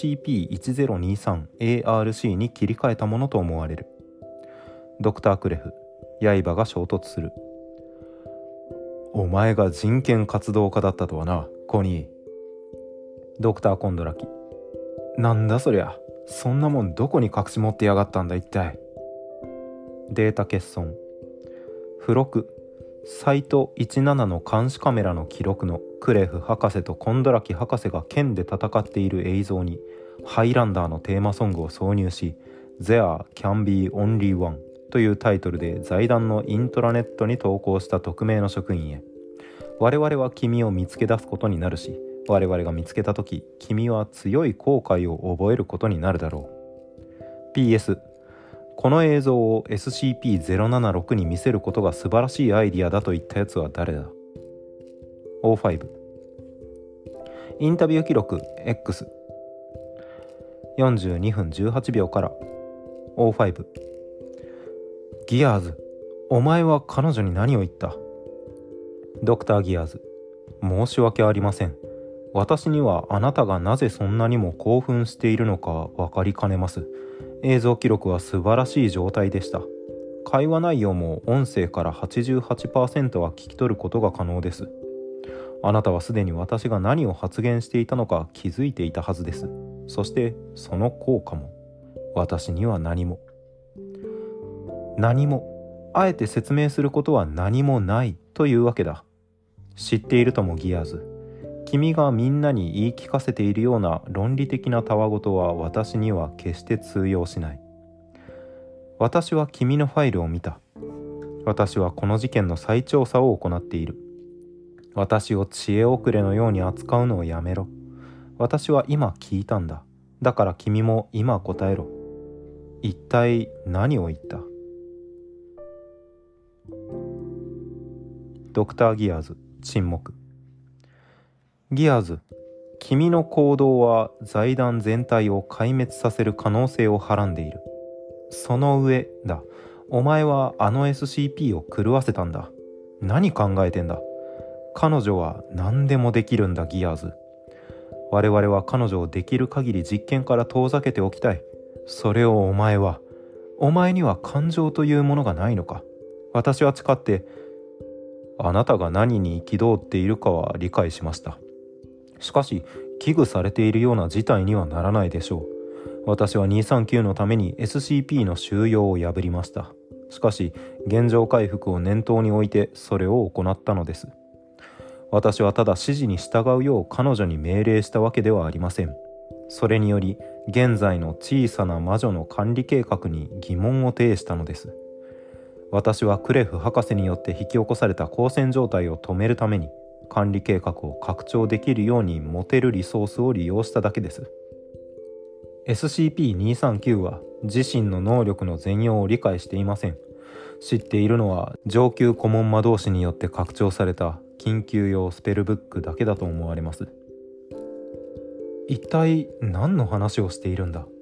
SCP-1023-ARC に切り替えたものと思われる。ドクター・クレフ。刃が衝突する。お前が人権活動家だったとはな、コニー。ドクター・コンドラキ。なんだそりゃ。そんなもんどこに隠し持ってやがったんだ一体。データ欠損。付録。サイト17の監視カメラの記録のクレフ博士とコンドラキ博士が剣で戦っている映像にハイランダーのテーマソングを挿入し There can be only one というタイトルで財団のイントラネットに投稿した匿名の職員へ。我々は君を見つけ出すことになるし、 我々が見つけた時、君は強い後悔を覚えることになるだろう。 PS、 この映像を SCP-076 に見せることが素晴らしいアイディアだと言ったやつは誰だ？ O5、 インタビュー記録 X、 42分18秒から O5、 ギアーズ、お前は彼女に何を言った？ドクター・ギアーズ、申し訳ありません。私にはあなたがなぜそんなにも興奮しているのか分かりかねます。映像記録は素晴らしい状態でした。会話内容も音声から 88% は聞き取ることが可能です。あなたはすでに私が何を発言していたのか気づいていたはずです。そしてその効果も私には何もあえて説明することは何もないというわけだ。知っているともギアーズ、君がみんなに言い聞かせているような論理的なたわごとは私には決して通用しない。私は君のファイルを見た。私はこの事件の再調査を行っている。私を知恵遅れのように扱うのをやめろ。私は今聞いたんだ。だから君も今答えろ。一体何を言った？ドクター・ギアーズ、沈黙。ギアーズ、君の行動は財団全体を壊滅させる可能性をはらんでいる。その上だ、お前はあの SCP を狂わせたんだ。何考えてんだ。彼女は何でもできるんだ、ギアーズ。我々は彼女をできる限り実験から遠ざけておきたい。それをお前には感情というものがないのか。私は誓って、あなたが何に憤っているかは理解しました。しかし危惧されているような事態にはならないでしょう。私は239のために SCP の収容を破りました。しかし現状回復を念頭に置いてそれを行ったのです。私はただ指示に従うよう彼女に命令したわけではありません。それにより現在の小さな魔女の管理計画に疑問を呈したのです。私はクレフ博士によって引き起こされた交戦状態を止めるために管理計画を拡張できるように持てるリソースを利用しただけです。SCP-239 は自身の能力の全容を理解していません。知っているのは上級顧問魔導士によって拡張された緊急用スペルブックだけだと思われます。一体何の話をしているんだ？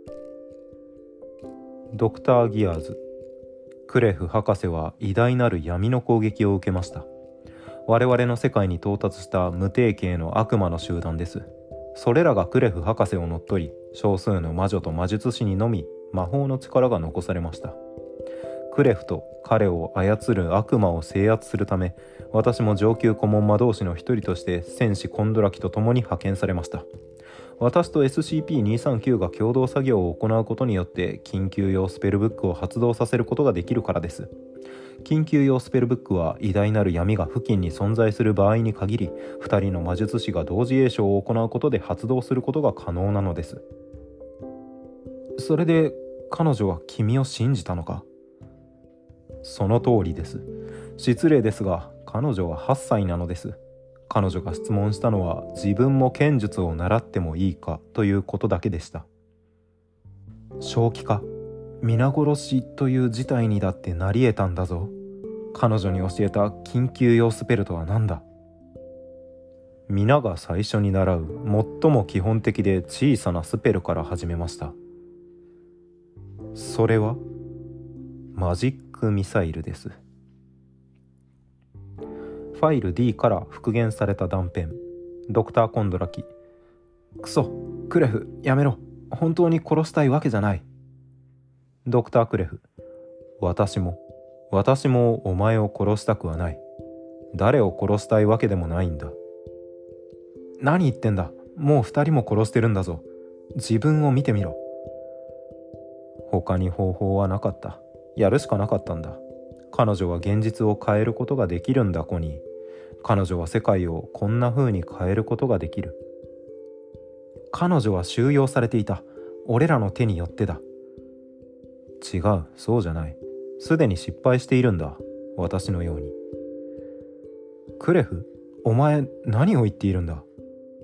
ドクター・ギアーズ、クレフ博士は偉大なる闇の攻撃を受けました。我々の世界に到達した無定型の悪魔の集団です。それらがクレフ博士を乗っ取り、少数の魔女と魔術師にのみ魔法の力が残されました。クレフと彼を操る悪魔を制圧するため、私も上級顧問魔導士の一人として戦士コンドラキと共に派遣されました。私と SCP-239 が共同作業を行うことによって緊急用スペルブックを発動させることができるからです。緊急用スペルブックは偉大なる闇が付近に存在する場合に限り、2人の魔術師が同時詠唱を行うことで発動することが可能なのです。それで彼女は君を信じたのか？その通りです。失礼ですが彼女は8歳なのです。彼女が質問したのは自分も剣術を習ってもいいかということだけでした。正気か？皆殺しという事態にだってなり得たんだぞ。彼女に教えた緊急用スペルとは何だ？皆が最初に習う最も基本的で小さなスペルから始めました。それはマジックミサイルです。ファイル D から復元された断片。ドクター・コンドラキ。クソ、クレフ、やめろ。本当に殺したいわけじゃない。ドクター・クレフ。私もお前を殺したくはない。誰を殺したいわけでもないんだ。何言ってんだ。もう2人も殺してるんだぞ。自分を見てみろ。他に方法はなかった。やるしかなかったんだ。彼女は現実を変えることができるんだ、コニー。彼女は世界をこんな風に変えることができる。彼女は収容されていた。俺らの手によってだ。違う、そうじゃない。すでに失敗しているんだ。私のように。クレフ、お前何を言っているんだ？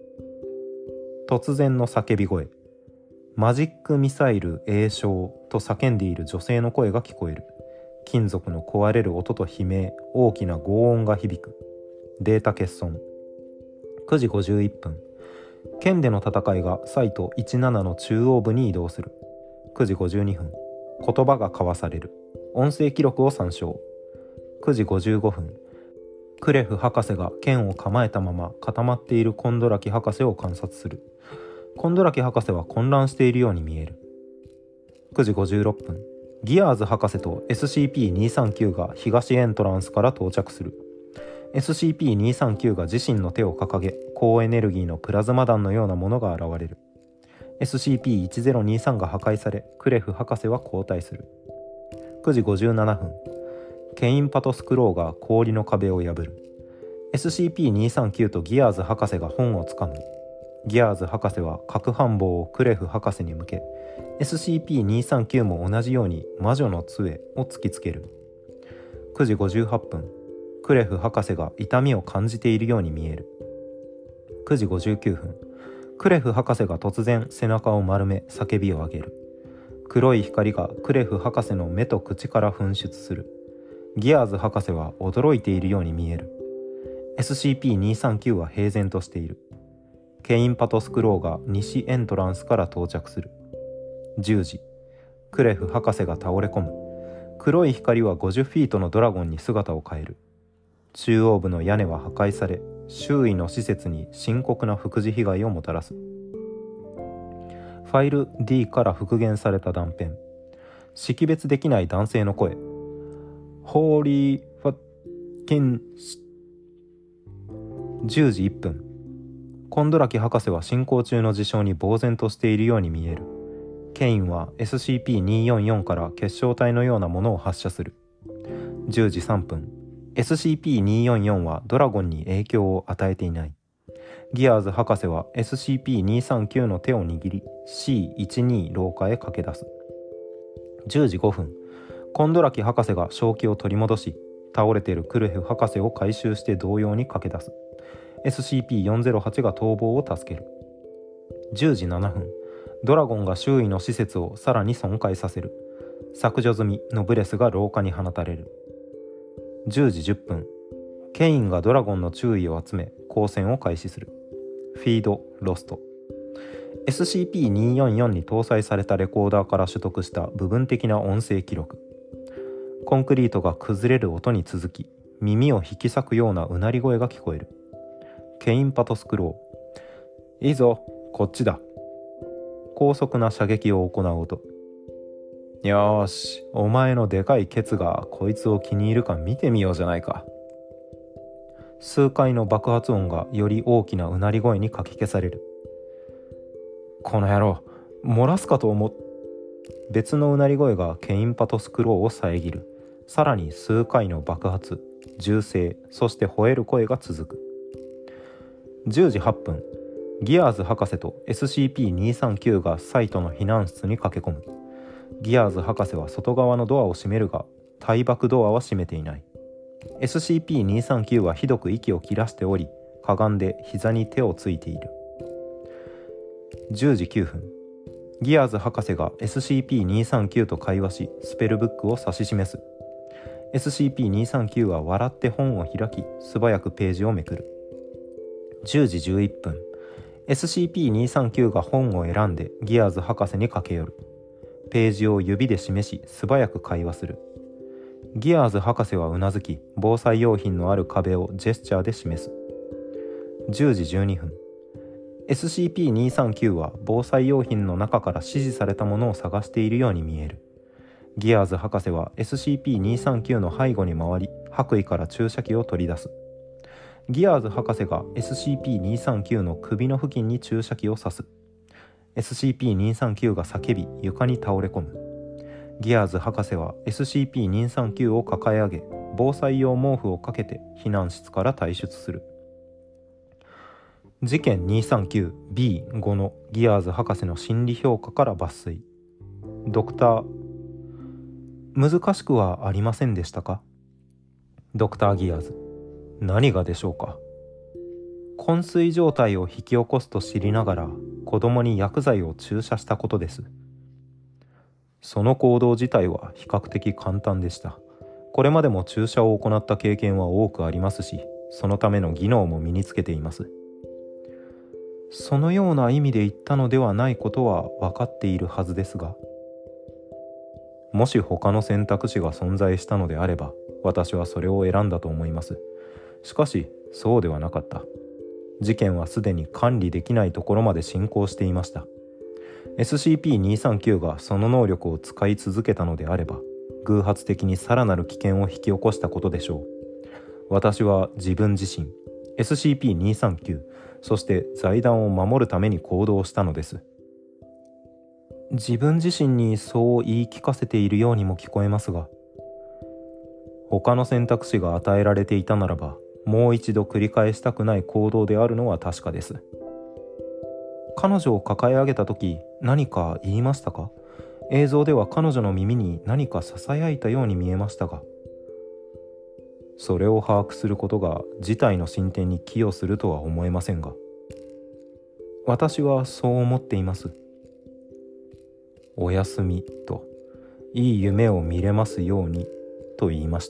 突然の叫び声。マジックミサイル栄唱と叫んでいる女性の声が聞こえる。金属の壊れる音と悲鳴、大きな轟音が響く。データ欠損。9時51分。剣での戦いがサイト17の中央部に移動する。9時52分。言葉が交わされる。音声記録を参照。9時55分。クレフ博士が剣を構えたまま固まっているコンドラキ博士を観察する。コンドラキ博士は混乱しているように見える。9時56分。ギアーズ博士と SCP-239 が東エントランスから到着する。SCP-239 が自身の手を掲げ、高エネルギーのプラズマ弾のようなものが現れる。SCP-1023 が破壊され、クレフ博士は後退する。9時57分。ケインパトスクローが氷の壁を破る。SCP-239 とギアーズ博士が本をつかむ。ギアーズ博士は核反棒をクレフ博士に向け、SCP-239 も同じように魔女の杖を突きつける。9時58分。クレフ博士が痛みを感じているように見える。9時59分。クレフ博士が突然背中を丸め叫びを上げる。黒い光がクレフ博士の目と口から噴出する。ギアーズ博士は驚いているように見える。SCP-239 は平然としている。ケインパトスクローが西エントランスから到着する。10時。クレフ博士が倒れ込む。黒い光は50フィートのドラゴンに姿を変える。中央部の屋根は破壊され、周囲の施設に深刻な副次被害をもたらす。ファイル D から復元された断片。識別できない男性の声。ホーリーファッキンシ。10時1分。コンドラキ博士は進行中の事象に呆然としているように見える。ケインは SCP-244 から結晶体のようなものを発射する。10時3分。SCP-244 はドラゴンに影響を与えていない。ギアーズ博士は SCP-239 の手を握り C12 廊下へ駆け出す。10時5分。コンドラキ博士が正気を取り戻し、倒れているクレフ博士を回収して同様に駆け出す。SCP-408 が逃亡を助ける。10時7分。ドラゴンが周囲の施設をさらに損壊させる。削除済みのブレスが廊下に放たれる。10時10分。ケインがドラゴンの注意を集め交戦を開始する。フィードロスト。 SCP-244 に搭載されたレコーダーから取得した部分的な音声記録。コンクリートが崩れる音に続き、耳を引き裂くようなうなり声が聞こえる。ケインパトスクロー。いいぞ、こっちだ。高速な射撃を行う音。よーし、お前のでかいケツがこいつを気に入るか見てみようじゃないか。数回の爆発音がより大きなうなり声にかき消される。この野郎、漏らすかと思っ。別のうなり声がケインパトスクローを遮る。さらに数回の爆発、銃声、そして吠える声が続く。10時8分。ギアーズ博士と SCP-239 がサイトの避難室に駆け込む。ギアーズ博士は外側のドアを閉めるが、対爆ドアは閉めていない。SCP-239 はひどく息を切らしており、かがんで膝に手をついている。10時9分。ギアーズ博士が SCP-239 と会話し、スペルブックを指し示す。SCP-239 は笑って本を開き、素早くページをめくる。10時11分。SCP-239 が本を選んでギアーズ博士に駆け寄る。ページを指で示し、素早く会話する。ギアーズ博士はうなずき、防災用品のある壁をジェスチャーで示す。10時12分。SCP-239 は防災用品の中から指示されたものを探しているように見える。ギアーズ博士は SCP-239 の背後に回り、白衣から注射器を取り出す。ギアーズ博士が SCP-239 の首の付近に注射器を刺す。SCP-239 が叫び、床に倒れ込む。ギアーズ博士は SCP-239 を抱え上げ、防災用毛布をかけて避難室から退出する。事件 239B5 のギアーズ博士の心理評価から抜粋。ドクター、難しくはありませんでしたか？ドクターギアーズ、何がでしょうか？昏睡状態を引き起こすと知りながら、 子供に薬剤を注射したことです。その行動自体は比較的簡単でした。これまでも注射を行った経験は多くありますし、そのための技能も身につけています。そのような意味で言ったのではないことは分かっているはずですが、もし他の選択肢が存在したのであれば、私はそれを選んだと思います。しかし、そうではなかった。事件はすでに管理できないところまで進行していました。SCP-239 がその能力を使い続けたのであれば、偶発的にさらなる危険を引き起こしたことでしょう。私は自分自身、SCP-239、そして財団を守るために行動したのです。自分自身にそう言い聞かせているようにも聞こえますが、他の選択肢が与えられていたならば、もう一度繰り返したくない行動であるのは確かです。彼女を抱え上げた時、何か言いましたか？映像では彼女の耳に何かささやいたように見えましたが、それを把握することが事態の進展に寄与するとは思えませんが、私はそう思っています。おやすみと、いい夢を見れますようにと言いました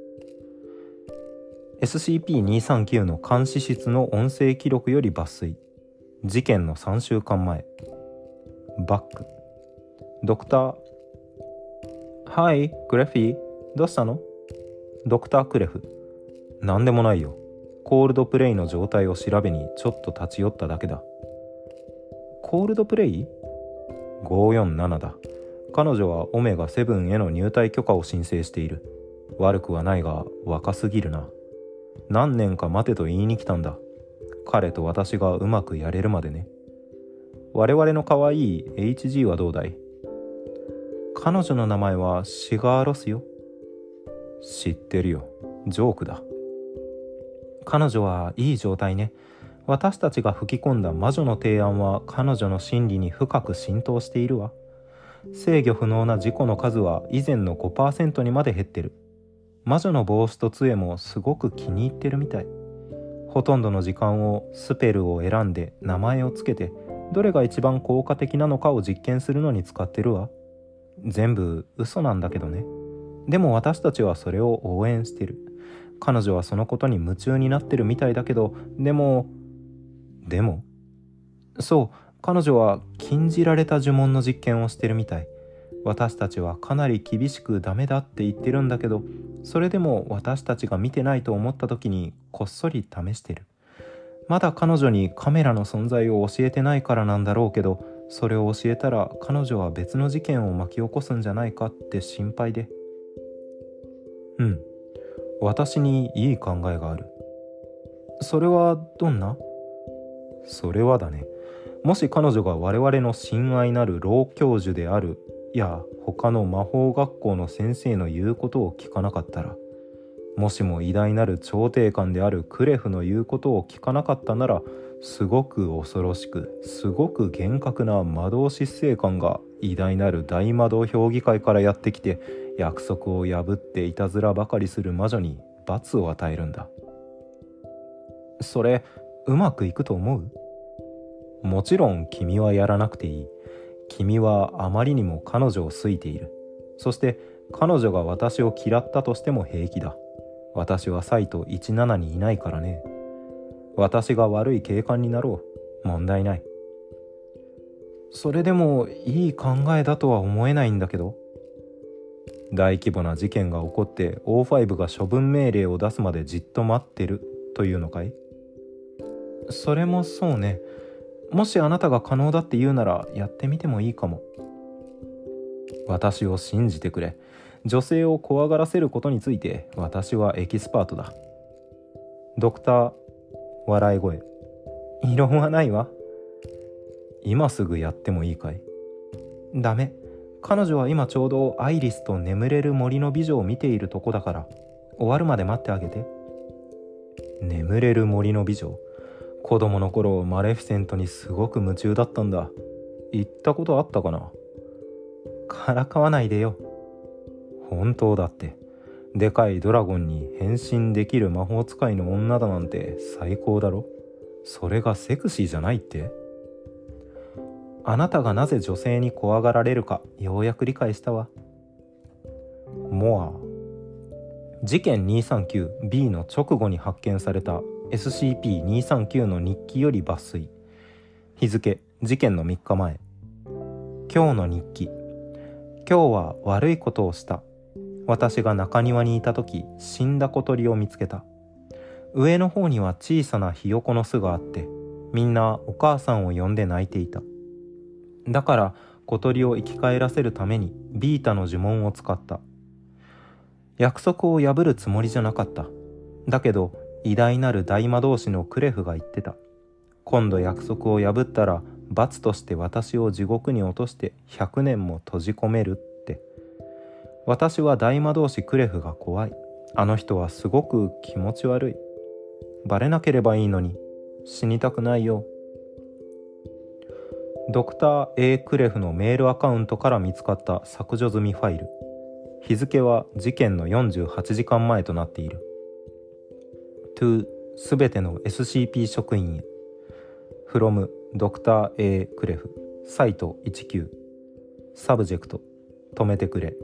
。SCP-239 の監視室の音声記録より抜粋。事件の3週間前。バック。ドクター。はい、グレフィー。どうしたの？ドクター・クレフ。なんでもないよ。コールドプレイの状態を調べにちょっと立ち寄っただけだ。コールドプレイ？ 547 だ。彼女はオメガ7への入隊許可を申請している。悪くはないが若すぎるな。何年か待てと言いに来たんだ。彼と私がうまくやれるまでね。我々の可愛い HG はどうだい？彼女の名前はシガーロスよ。知ってるよ。ジョークだ。彼女はいい状態ね。私たちが吹き込んだ魔女の提案は彼女の心理に深く浸透しているわ。制御不能な事故の数は以前の 5% にまで減ってる。魔女の帽子と杖もすごく気に入ってるみたい。ほとんどの時間をスペルを選んで名前をつけて、どれが一番効果的なのかを実験するのに使ってるわ。全部嘘なんだけどね。でも私たちはそれを応援してる。彼女はそのことに夢中になってるみたいだけど、でもそう、彼女は禁じられた呪文の実験をしてるみたい。私たちはかなり厳しくダメだって言ってるんだけど、それでも私たちが見てないと思った時にこっそり試してる。まだ彼女にカメラの存在を教えてないからなんだろうけど、それを教えたら彼女は別の事件を巻き起こすんじゃないかって心配で。私にいい考えがある。それはどんな？それはだね、もし彼女が我々の親愛なる老教授であるや他の魔法学校の先生の言うことを聞かなかったら、もしも偉大なる調停官であるクレフの言うことを聞かなかったなら、すごく恐ろしく、すごく厳格な魔導執政官が偉大なる大魔導評議会からやってきて、約束を破っていたずらばかりする魔女に罰を与えるんだ。それ、うまくいくと思う？もちろん君はやらなくていい。君はあまりにも彼女を好いている。そして彼女が私を嫌ったとしても平気だ。私はサイト17にいないからね。私が悪い警官になろう。問題ない。それでもいい考えだとは思えないんだけど。大規模な事件が起こって O5 が処分命令を出すまでじっと待ってるというのかい？それもそうね。もしあなたが可能だって言うならやってみてもいいかも。私を信じてくれ。女性を怖がらせることについて私はエキスパートだ。ドクター、笑い声。異論はないわ。今すぐやってもいいかい？ダメ。彼女は今ちょうどアイリスと眠れる森の美女を見ているとこだから、終わるまで待ってあげて。眠れる森の美女。子供の頃マレフィセントにすごく夢中だったんだ。行ったことあったかな？からかわないでよ。本当だって。でかいドラゴンに変身できる魔法使いの女だなんて最高だろ。それがセクシーじゃないって？ あなたがなぜ女性に怖がられるかようやく理解したわ。モア。事件 239B の直後に発見された SCP-239 の日記より抜粋。日付、事件の3日前。今日の日記。今日は悪いことをした。私が中庭にいた時、死んだ小鳥を見つけた。上の方には小さなひよこの巣があって、みんなお母さんを呼んで泣いていた。だから小鳥を生き返らせるためにビータの呪文を使った。約束を破るつもりじゃなかった。だけど偉大なる大魔導士のクレフが言ってた。今度約束を破ったら罰として私を地獄に落として100年も閉じ込めるって。私は大魔導士クレフが怖い。あの人はすごく気持ち悪い。バレなければいいのに。死にたくないよ。ドクター A クレフのメールアカウントから見つかった削除済みファイル。日付は事件の48時間前となっている。to すべての SCP 職員へ。from ドクター A クレフ。サイト19。サブジェクト。止めてくれ。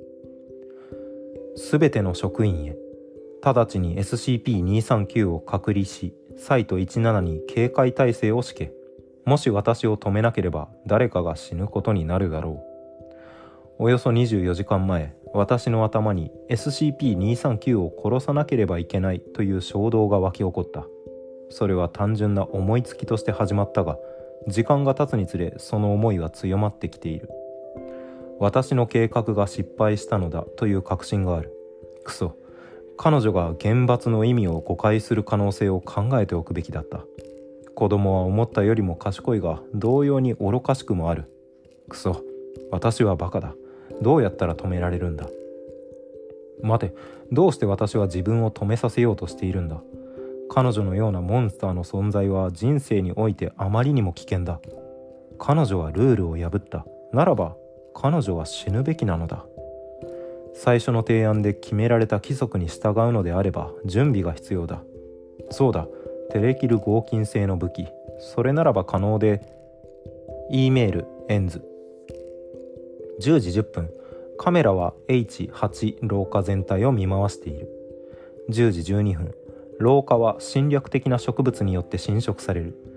すべての職員へ。直ちに SCP-239 を隔離し、サイト17に警戒態勢を敷け。もし私を止めなければ誰かが死ぬことになるだろう。およそ24時間前、私の頭に SCP-239 を殺さなければいけないという衝動が湧き起こった。それは単純な思いつきとして始まったが、時間が経つにつれその思いは強まってきている。私の計画が失敗したのだという確信がある。クソ。彼女が厳罰の意味を誤解する可能性を考えておくべきだった。子供は思ったよりも賢いが同様に愚かしくもある。クソ。私はバカだ。どうやったら止められるんだ。待て、どうして私は自分を止めさせようとしているんだ。彼女のようなモンスターの存在は人生においてあまりにも危険だ。彼女はルールを破った。ならば彼女は死ぬべきなのだ。最初の提案で決められた規則に従うのであれば準備が必要だ。そうだ、テレキル合金製の武器。それならば可能で。 E メールエンズ。10時10分、カメラは H8 廊下全体を見回している。10時12分、廊下は侵略的な植物によって侵食される。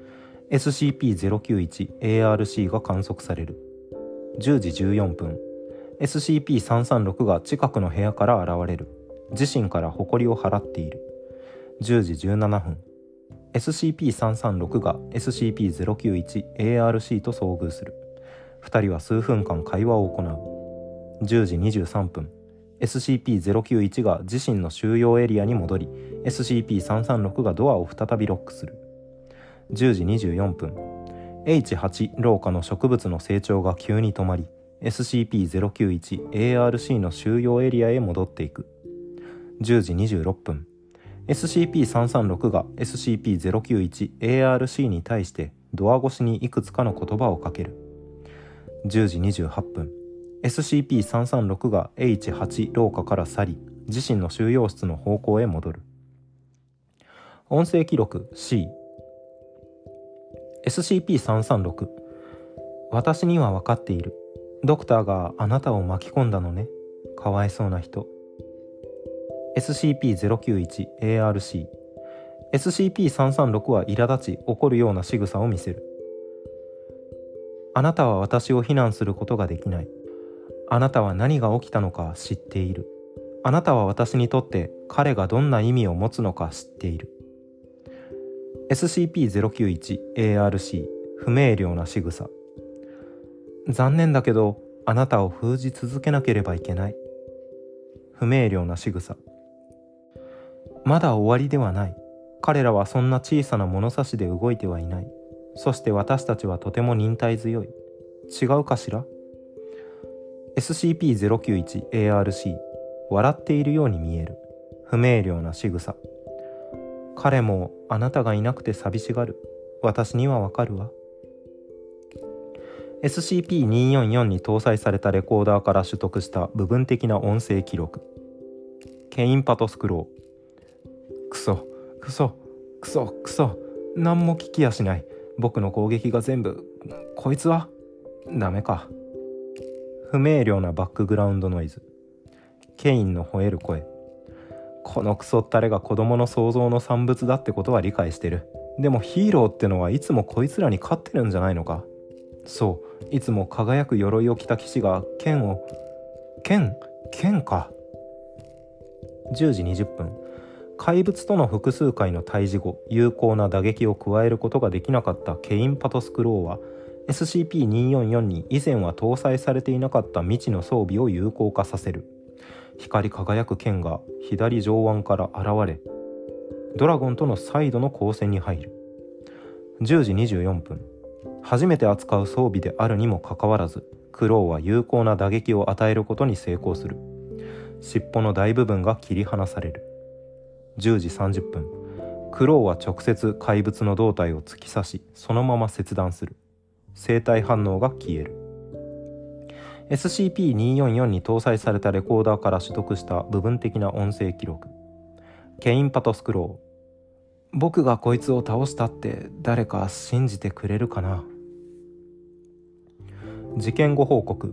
SCP-091-ARC が観測される。10時14分、SCP-336 が近くの部屋から現れる。自身から埃を払っている。10時17分、SCP-336 が SCP-091-ARC と遭遇する。2人は数分間会話を行う。10時23分、SCP-091 が自身の収容エリアに戻り、SCP-336 がドアを再びロックする。10時24分、H8 廊下の植物の成長が急に止まり、SCP-091-ARC の収容エリアへ戻っていく。10時26分、SCP-336 が SCP-091-ARC に対してドア越しにいくつかの言葉をかける。10時28分、SCP-336 が H8 廊下から去り、自身の収容室の方向へ戻る。音声記録 C。 SCP-336、 私には分かっている。ドクターがあなたを巻き込んだのね。かわいそうな人。 SCP-091-ARC。 SCP-336 は苛立ち怒るような仕草を見せる。あなたは私を非難することができない。あなたは何が起きたのか知っている。あなたは私にとって彼がどんな意味を持つのか知っている。 SCP-091-ARC。 不明瞭な仕草。残念だけどあなたを封じ続けなければいけない。不明瞭な仕草。まだ終わりではない。彼らはそんな小さな物差しで動いてはいない。そして私たちはとても忍耐強い。違うかしら。 SCP-091-ARC。 笑っているように見える。不明瞭な仕草。彼もあなたがいなくて寂しがる。私にはわかるわ。SCP-244 に搭載されたレコーダーから取得した部分的な音声記録。ケインパトスクロー。クソクソクソクソ。何も聞きやしない。僕の攻撃が全部。こいつはダメか。不明瞭なバックグラウンドノイズ。ケインの吠える声。このクソったれが子供の想像の産物だってことは理解してる。でもヒーローってのはいつもこいつらに勝ってるんじゃないのか。そう、いつも輝く鎧を着た騎士が剣か。10時20分。怪物との複数回の対峙後、有効な打撃を加えることができなかったケインパトスクローは SCP-244 に以前は搭載されていなかった未知の装備を有効化させる。光り輝く剣が左上腕から現れ、ドラゴンとの再度の交戦に入る。10時24分。初めて扱う装備であるにもかかわらず、クローは有効な打撃を与えることに成功する。尻尾の大部分が切り離される。10時30分。クローは直接怪物の胴体を突き刺し、そのまま切断する。生体反応が消える。SCP-244 に搭載されたレコーダーから取得した部分的な音声記録。ケインパトスクロー。僕がこいつを倒したって誰か信じてくれるかな。事件後報告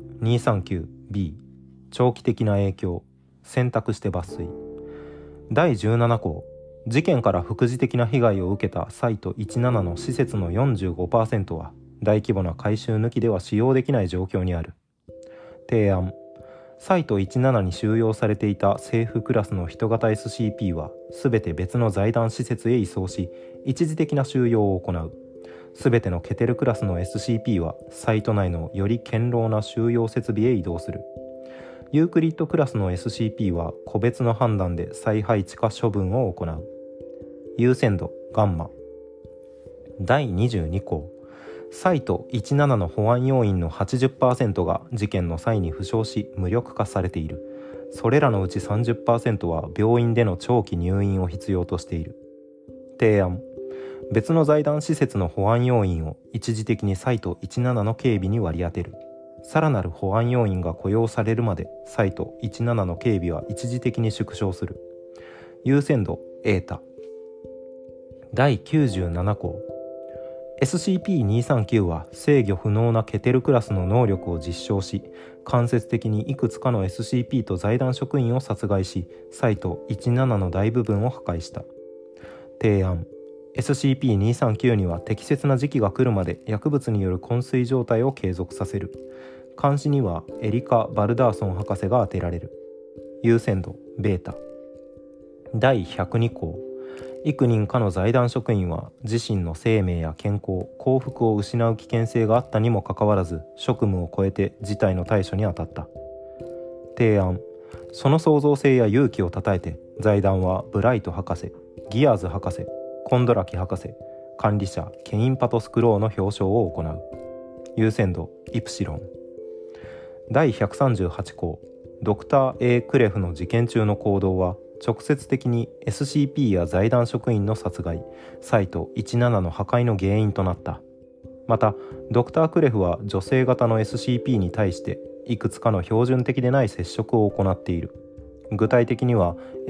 239B。 長期的な影響。選択して抜粋。第17項。事件から副次的な被害を受けたサイト17の施設の 45% は大規模な改修抜きでは使用できない状況にある。提案。サイト17に収容されていた政府クラスの人型 SCP はすべて別の財団施設へ移送し、一時的な収容を行う。すべてのケテルクラスの SCP はサイト内のより堅牢な収容設備へ移動する。ユークリッドクラスの SCP は個別の判断で再配置か処分を行う。優先度ガンマ。第22項。サイト17の保安要員の 80% が事件の際に負傷し無力化されている。それらのうち 30% は病院での長期入院を必要としている。提案。別の財団施設の保安要員を一時的にサイト17の警備に割り当てる。さらなる保安要員が雇用されるまでサイト17の警備は一時的に縮小する。優先度エータ。第97項。SCP-239 は制御不能なケテルクラスの能力を実証し、間接的にいくつかの SCP と財団職員を殺害し、サイト17の大部分を破壊した。提案。SCP-239 には適切な時期が来るまで薬物による昏睡状態を継続させる。監視にはエリカ・バルダーソン博士が充てられる。優先度ベータ。第102項。幾人かの財団職員は自身の生命や健康、幸福を失う危険性があったにもかかわらず職務を超えて事態の対処に当たった。提案。その創造性や勇気をたたえて財団はブライト博士、ギアーズ博士、コンドラキ博士、管理者ケインパトスクローの表彰を行う。優先度イプシロン。第138項。ドクター A クレフの事件中の行動は直接的に SCP や財団職員の殺害、サイト17の破壊の原因となった。また、ドクター・クレフは女性型の SCP に対していくつかの標準的でない接触を行っている。具体的には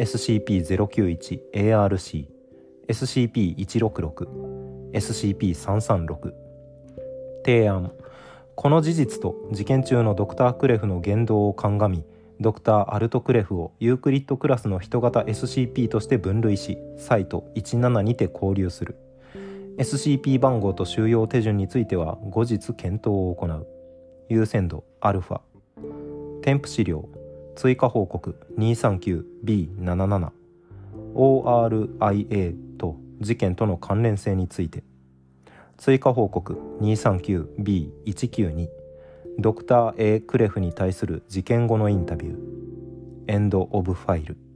SCP-091-ARC、SCP-166、SCP-336。提案。この事実と事件中のドクター・クレフの言動を鑑み、ドクター・アルトクレフをユークリッドクラスの人型 SCP として分類し、サイト17にて交流する。SCP 番号と収容手順については後日検討を行う。優先度アルファ。添付資料。追加報告 239B77 ORIA と事件との関連性について。追加報告 239B192 ドクター A クレフに対する事件後のインタビュー。エンドオブファイル。